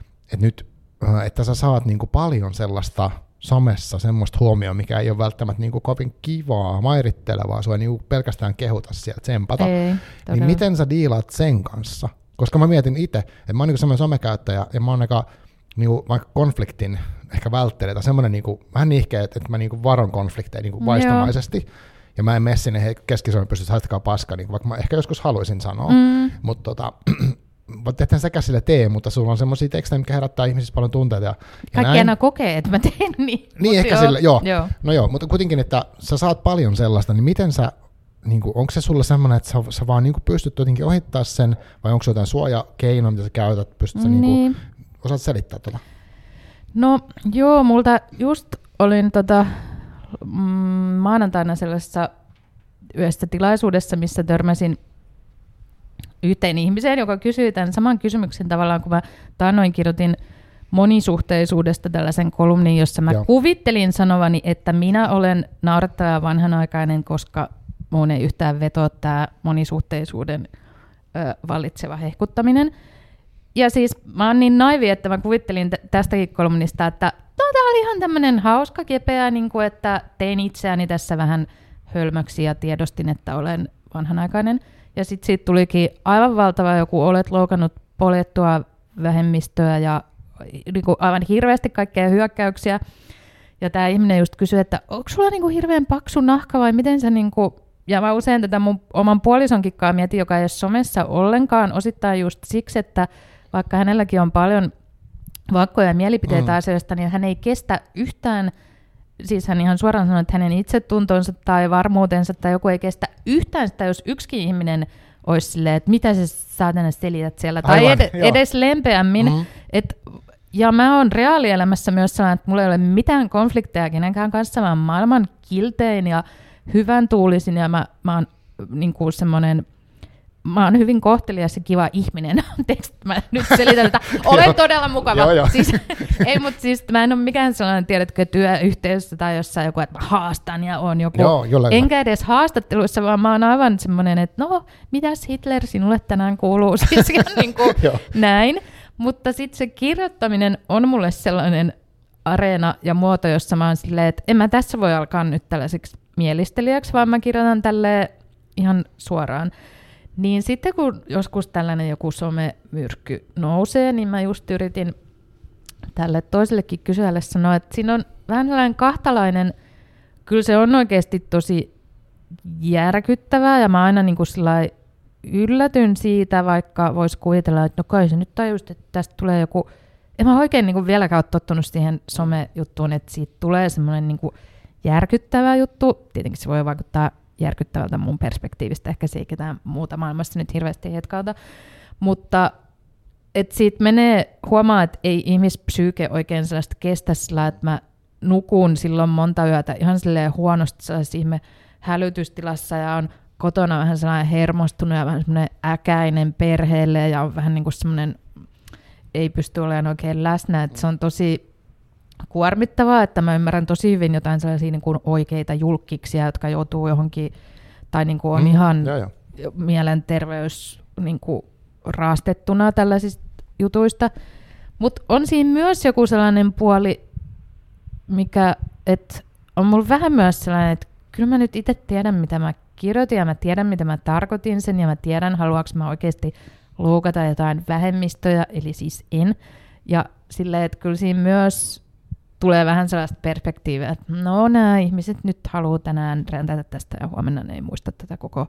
että sä saat niin paljon sellaista somessa, semmoista huomioon, mikä ei ole välttämättä niin kovin kivaa, mairittelevaa, sua ei niin pelkästään kehuta sieltä, tsempata. Niin miten sä diilaat sen kanssa? Koska mä mietin itse, että mä oon niin semmoinen somekäyttäjä, ja mä oon niinku vaikka konfliktin ehkä välttelijä, tai semmoinen niinku, vähän nihkeä, että mä niinku varon konflikteja niinku vaistomaisesti, ja mä en mene sinne, hei Keski-Suomen pystyisi haistakaa paskaa, niinku, vaikka mä ehkä joskus haluaisin sanoa, mutta ethän säkä sille tee, mutta sulla on semmoisia tekstejä, mitkä herättää ihmisissä paljon tunteita. Ja kaikki aina kokee, että mä teen niin. Niin, ehkä sille, joo. No joo, mutta kuitenkin, että sä saat paljon sellaista, niin miten sä, niinku, onko se sulle semmoinen, että sä vaan niinku pystyt jotenkin ohittaa sen, vai onko se jotain suojakeinoa, mitä sä käytät, pystyt sä niinku, osaat selittää tuota? No joo, multa just olin maanantaina sellaisessa yhdessä tilaisuudessa, missä törmäsin yhteen ihmiseen, joka kysyi tämän saman kysymyksen tavallaan, kun mä taannoin kirjoitin monisuhteisuudesta tällaisen kolumnin, jossa mä kuvittelin sanovani, että minä olen naurettava ja vanhanaikainen, koska mun ei yhtään vetoa tämä monisuhteisuuden vallitseva hehkuttaminen. Ja siis mä oon niin naivi, että mä kuvittelin tästäkin kolumnista, että tää oli ihan tämmönen hauska, kepeä, niin kuin, että tein itseäni tässä vähän hölmöksi ja tiedostin, että olen vanhanaikainen. Ja sitten siitä tulikin aivan valtava joku, olet loukannut poljettua vähemmistöä ja niin kuin aivan hirveästi kaikkea hyökkäyksiä. Ja tämä ihminen just kysyi, että onko sulla niin kuin hirveän paksu nahka vai miten sä niin kuin... Ja mä usein tätä mun oman puolisonkikkaa mietin, joka ei ole somessa ollenkaan, osittain just siksi, että vaikka hänelläkin on paljon vakkoja ja mielipiteitä asioista, niin hän ei kestä yhtään, siis hän ihan suoraan sanoo, että hänen itsetuntonsa tai varmuutensa tai joku ei kestä yhtään sitä, jos yksikin ihminen olisi silleen, että mitä sä saatana selität siellä, tai edes lempeämmin. Ja mä oon reaalielämässä myös sellainen, että mulla ei ole mitään konflikteja kenenkään kanssa, mä oon maailman kiltein ja hyvän tuulisin, ja mä oon niin kuin semmoinen, mä oon hyvin kohtelias ja kiva ihminen. Anteeksi, mä nyt selitän, että olen todella mukava. Siis, ei, mutta siis mä en ole mikään sellainen, tiedätkö, työyhteisössä tai jossain joku, että mä haastan ja on joku. Enkä edes haastatteluissa, vaan mä oon aivan semmoinen, että no, mitäs Hitler sinulle tänään kuuluu? Siis niin kuin näin. Mutta sitten se kirjoittaminen on mulle sellainen areena ja muoto, jossa mä oon silleen, että en mä tässä voi alkaa nyt tällaiseksi mielistelijäksi, vaan mä kirjoitan tälleen ihan suoraan. Niin sitten kun joskus tällainen joku somemyrkky nousee, niin mä just yritin tälle toisellekin kysyjälle sanoa, että siinä on vähän sellainen kahtalainen, kyllä se on oikeasti tosi järkyttävää ja mä aina niin kuin yllätyn siitä, vaikka voisi kuvitella, että no kai se nyt tajusit, että tästä tulee joku, en mä oikein niin kuin vieläkään ole tottunut siihen somejuttuun, että siitä tulee semmoinen niin kuin järkyttävä juttu, tietenkin se voi vaikuttaa järkyttävältä mun perspektiivistä, ehkä se ei ketään muuta maailmassa nyt hirveästi hetkauta, mutta et siitä menee, huomaa, että ei ihmispsyyke oikein sellaista kestä sillä, että mä nukun silloin monta yötä ihan silleen huonosti sellaisessa ihme hälytystilassa ja on kotona vähän sellainen hermostunut ja vähän semmoinen äkäinen perheelle ja on vähän niin kuin semmoinen, ei pysty olemaan oikein läsnä, että se on tosi kuormittavaa, että mä ymmärrän tosi hyvin jotain sellaisia niin kuin oikeita julkkiksia, jotka joutuu johonkin, tai niin kuin on ihan mielenterveys niin kuin raastettuna tällaisista jutuista. Mutta on siinä myös joku sellainen puoli, mikä, että on mulla vähän myös sellainen, että kyllä mä nyt itse tiedän, mitä mä kirjoitin, ja mä tiedän, mitä mä tarkoitin sen, ja mä tiedän, haluanko mä oikeasti loukata jotain vähemmistöjä, eli siis en. Ja silleen, että kyllä siinä myös tulee vähän sellaista perspektiiviä, että no nämä ihmiset nyt haluaa tänään räntätä tästä, ja huomenna ne ei muista tätä koko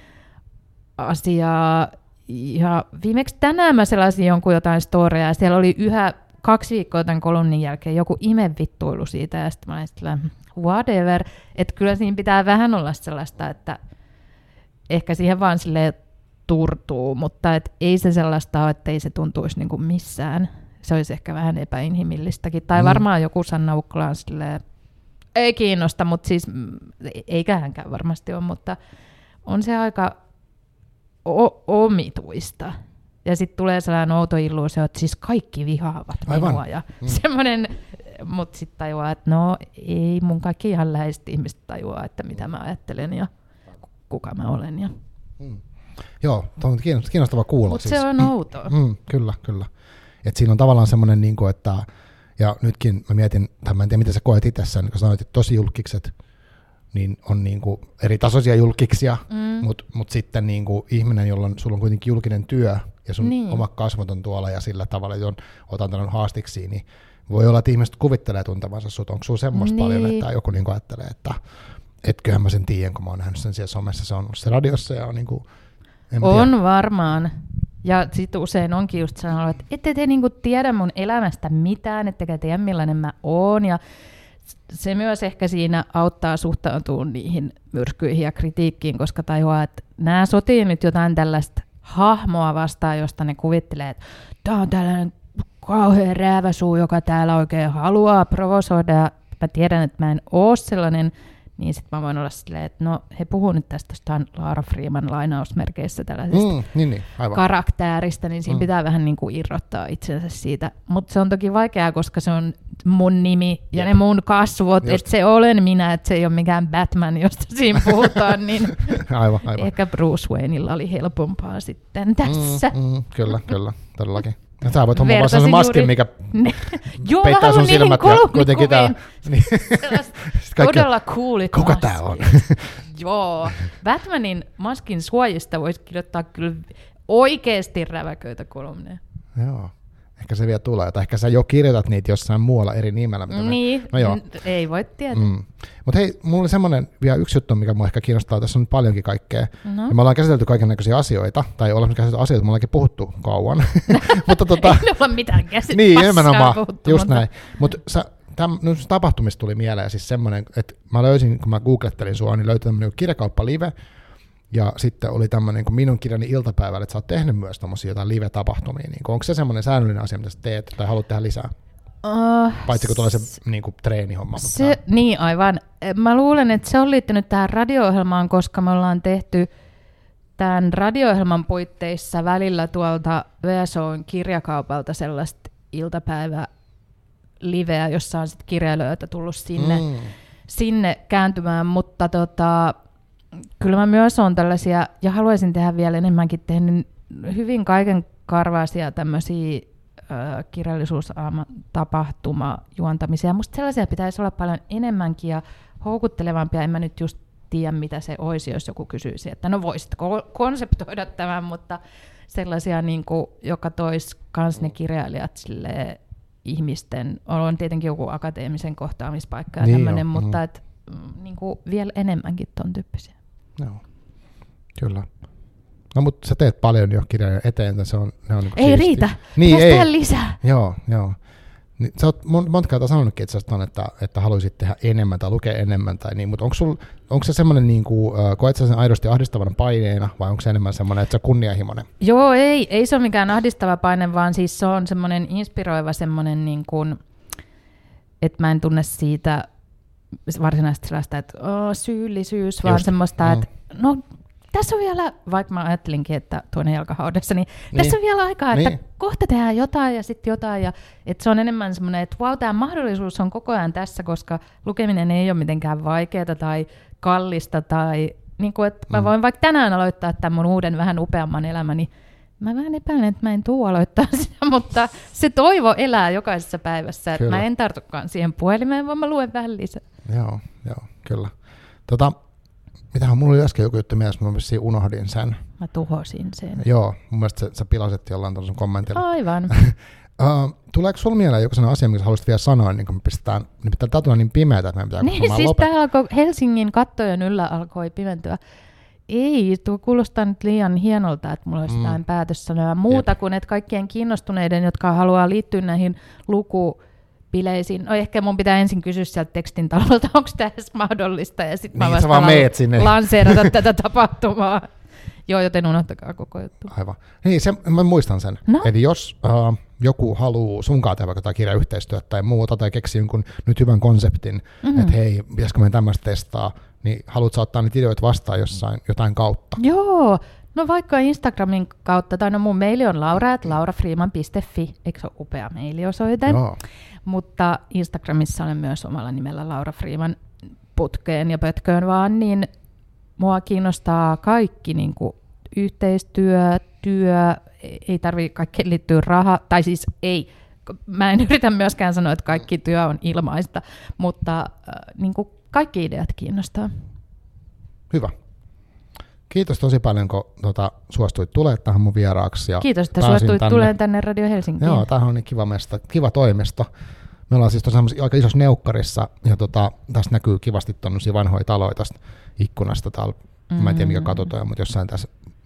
asiaa. Ja viimeksi tänään mä selasin jonkun jotain storia, ja siellä oli yhä 2 viikkoa tämän kolumnin jälkeen joku imevittuilu siitä, ja sitten mä olin sitten whatever, että kyllä siinä pitää vähän olla sellaista, että ehkä siihen vaan silleen turtuu, mutta et ei se sellaista ole, että ei se tuntuisi niin kuin missään. Se olisi ehkä vähän epäinhimillistäkin. Tai varmaan joku Sanna Ukkola on silleen, ei kiinnosta, mutta siis eikä hänkään varmasti ole, mutta on se aika omituista. Ja sitten tulee sellainen outo illuusio, että siis kaikki vihaavat minua. Ja semmoinen, mutta sitten tajuaa, että no ei mun kaikki ihan läheiset ihmiset tajua, että mitä mä ajattelen ja kuka mä olen. Ja. Joo, on kiinnostava kuulla. Mutta siis. Se on outoa. Kyllä. Et siinä on tavallaan semmoinen, niin kuin, että, ja nytkin mä mietin, tai mä en tiedä miten sä koet itse sen, kun sanoit, että tosi julkikset, niin on niin kuin eri tasoisia julkiksia, mutta sitten niin kuin ihminen, jolla sulla on kuitenkin julkinen työ, ja sun oma kasvot on tuolla, ja sillä tavalla, että otan tämän haastiksi, niin voi olla, että ihmiset kuvittelee tuntevansa sut. Onko sulla semmoista paljon, että joku niin kuin ajattelee, että etköhän mä sen tiedän, kun mä oon nähnyt sen siellä somessa, se on ollut se radiossa, ja on niin kuin, on varmaan. Ja sitten usein onkin just sanonut, että ette te niinku tiedä mun elämästä mitään, ettekä tiedä millainen mä oon. Ja se myös ehkä siinä auttaa suhtautumaan niihin myrskyihin ja kritiikkiin, koska tajuaa, että nämä sotii nyt jotain tällaista hahmoa vastaan, josta ne kuvittelee, että tämä on tällainen kauhean rääväsuu, joka täällä oikein haluaa provosoida. Ja mä tiedän, että mä en ole sellainen. Niin sitten mä voin olla silleen, että no he puhuu nyt tästä Laura Freeman lainausmerkeissä tällaisesta karaktääristä, niin siinä pitää vähän niin kuin irrottaa itsensä siitä. Mutta se on toki vaikeaa, koska se on mun nimi ja ne mun kasvot, että se olen minä, että se ei ole mikään Batman, josta siinä puhutaan, niin aivan. Ehkä Bruce Wayneilla oli helpompaa sitten tässä. Kyllä, todellakin. Ja sä voit hommaa sellaisen maskin, mikä peittää sun silmät ja kuitenkin tää. Niin. Todella coolit kuka tää on? Joo. Batmanin maskin suojista voisi kirjoittaa kyllä oikeasti räväköitä kolumneja. Joo. Ehkä se vielä tulee. Tai ehkä sä jo kirjoitat niitä jossain muualla eri nimellä. Niin, ei voi tietää. Mutta hei, mulla oli semmoinen vielä yksi juttu, mikä mua ehkä kiinnostaa. Tässä on paljonkin kaikkea. No. Ja me ollaan käsitelty kaikennäköisiä asioita, tai ollaan käsitelty asioita, me ollaankin puhuttu kauan. Mutta ei olla mitään käsitelty. Niin, nimenomaan, just näin. Mutta tapahtumista tuli mieleen siis semmoinen, että mä löysin, kun mä googlettelin sua, niin löytyi tämmöinen Kirjakauppa Live, ja sitten oli tämmöinen niin minun kirjani iltapäivällä, että sä oot tehnyt myös tommosia jotain live-tapahtumia. Niin onko se semmoinen säännöllinen asia, mitä sä teet, tai haluat tehdä lisää? Paitsi kun tulee se niin kuin treenihomma. Niin, aivan. Mä luulen, että se on liittynyt tähän radio-ohjelmaan, koska me ollaan tehty tämän radio-ohjelman puitteissa välillä tuolta VSO:n kirjakaupalta sellaista iltapäivä-liveä, jossa on sitten kirjailijoita tullut sinne kääntymään, mutta kyllä mä myös on tällaisia, ja haluaisin tehdä vielä enemmänkin, tehnyt hyvin kaikenkarvaisia tämmöisiä kirjallisuustapahtuma-juontamisia. Musta sellaisia pitäisi olla paljon enemmänkin ja houkuttelevampia. En mä nyt just tiedä, mitä se olisi, jos joku kysyisi, että no voisitko konseptoida tämän, mutta sellaisia, niin kuin, joka toisi kans ne kirjailijat silleen, ihmisten, on tietenkin joku akateemisen kohtaamispaikka ja niin tämmöinen, mutta et, niin kuin vielä enemmänkin ton tyyppisiä. Joo, kyllä. No mutta sä teet paljon jo kirjoja eteen, ne on niin ei siistiä. Riitä, pitäisi tehdä lisää. Joo. Niin, sä oot monta kertaa sanonutkin itse asiassa, että haluaisit tehdä enemmän tai lukea enemmän, tai niin, mutta onko se semmoinen, niin kuin, koet sä sen aidosti ahdistavana paineena, vai onko se enemmän semmoinen, että se on kunnianhimoinen? Joo, ei se ole mikään ahdistava paine, vaan siis se on semmoinen inspiroiva semmoinen, niin kuin, että mä en tunne siitä varsinaisesti sellaista, että syyllisyys, vaan semmoista, että no tässä on vielä, vaikka mä ajattelinkin, että toinen jalkahaudessa, niin tässä on vielä aikaa, että kohta tehdään jotain ja sitten jotain. Ja, että se on enemmän semmoinen, että vau, tämä mahdollisuus on koko ajan tässä, koska lukeminen ei ole mitenkään vaikeaa tai kallista. Tai, niin kuin, että mä voin vaikka tänään aloittaa tämän mun uuden vähän upeamman elämäni Mä vähän epäilen, että mä en tuu aloittaa sitä, mutta se toivo elää jokaisessa päivässä, että mä en tartukaan siihen puhelimeen, vaan mä luen vähän lisää. Joo, kyllä. Mitähän mulla oli äsken joku juttu mielessä, mä unohdin sen. Mä tuhosin sen. Joo, mun mielestä sä pilasit jollain tällaisen kommentilla. Aivan. Tuleeko sulla mieleen joku sellainen asia, mikä sä haluaisit vielä sanoa, niin kun me pistetään, nimittäin tää tulee niin pimeätä, että meidän pitää niin, siis lopettaa. Helsingin kattojen yllä alkoi pimentyä. Ei, tuo kuulostaa nyt liian hienolta, että mulla olisi jotain päätössanoja muuta kuin, että kaikkien kiinnostuneiden, jotka haluaa liittyä näihin lukubileisiin. No ehkä mun pitää ensin kysyä sieltä tekstin talolta, onko tämä edes mahdollista, ja sitten mä vasta lanseerata tätä tapahtumaa. Joo, joten unohtakaa koko juttu. Aivan. Niin, mä muistan sen. No? Eli jos joku haluaa sunkaan tehdä vaikka kirjayhteistyötä tai muuta, tai keksii jonkun nyt hyvän konseptin, että hei, pitäisikö meidän tämmöistä testaa, niin haluatko ottaa niitä ideoita vastaan jotain kautta? Joo, no vaikka Instagramin kautta, tai no mun maili on laura@laurafreeman.fi, eikö se ole upea mailiosoite? Joo. Mutta Instagramissa olen myös omalla nimellä Laura Freeman putkeen ja pötköön vaan, niin mua kiinnostaa kaikki niin kuin yhteistyö, työ, ei tarvitse kaikkeen liittyä raha, tai siis ei, mä en yritä myöskään sanoa, että kaikki työ on ilmaista, mutta niin kuin kaikki ideat kiinnostaa. Hyvä. Kiitos tosi paljon, kun suostuit tulemaan tähän mun vieraaksi. Ja kiitos, että suostuit tulemaan tänne Radio Helsinkiin. Joo, tämähän on niin kiva toimisto. Me ollaan siis tosiaan aika isossa neukkarissa, ja tässä näkyy kivasti tuollaisia vanhoja taloja tästä ikkunasta täällä. Mä en tiedä, mikä katsotaan, mutta jossain tässä.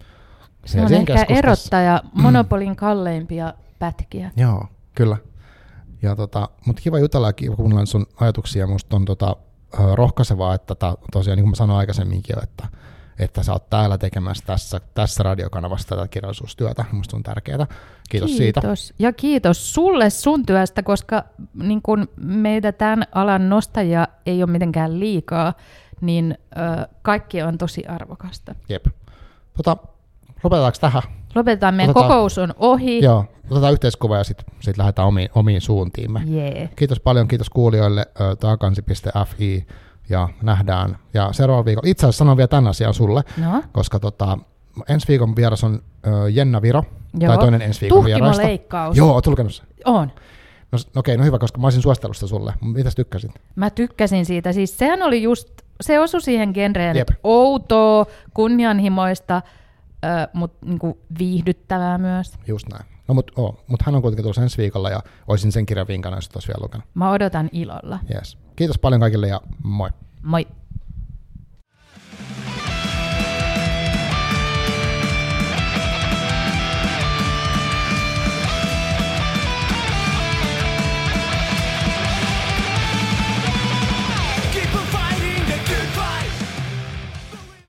Se on ehkä erottaja Monopolin kalleimpia pätkiä. Joo, kyllä. Ja mutta kiva jutella ja kiva kuunnella sun ajatuksia. Musta on rohkaisevaa, että tosiaan, niin kuin mä sanoin aikaisemminkin, että sä oot täällä tekemässä tässä radiokanavassa tätä kirjallisuustyötä. Musta on tärkeää. Kiitos siitä. Ja kiitos sulle sun työstä, koska niin kun meitä tämän alan nostajia ei ole mitenkään liikaa, niin kaikki on tosi arvokasta. Jep. Lopetetaanko tähän? Lopetetaan, meidän kokous on ohi. Joo, otetaan yhteiskuva ja sitten lähdetään omiin suuntiimme. Yeah. Kiitos paljon, kiitos kuulijoille, taakansi.fi ja nähdään. Ja seuraavalla viikolla, itse asiassa sanon vielä tämän asian sulle, koska ensi viikon vieras on Jenna Viro, tai toinen ensi viikon vieraista. Tuhkimoleikkaus. Joo, oot lukenut sen? On. No okei, no hyvä, koska mä olisin suositellut sitä sulle. Mitäs tykkäsit? Mä tykkäsin siitä. Siis sehän oli just, se osui siihen genreen, että outoa, kunnianhimoista, mutta niinku viihdyttävää myös. Just näin. No mutta hän on kuitenkin tulossa ensi viikolla ja olisin sen kirjan vinkana, jos et olisi vielä lukenut. Mä odotan ilolla. Yes. Kiitos paljon kaikille ja moi. Moi.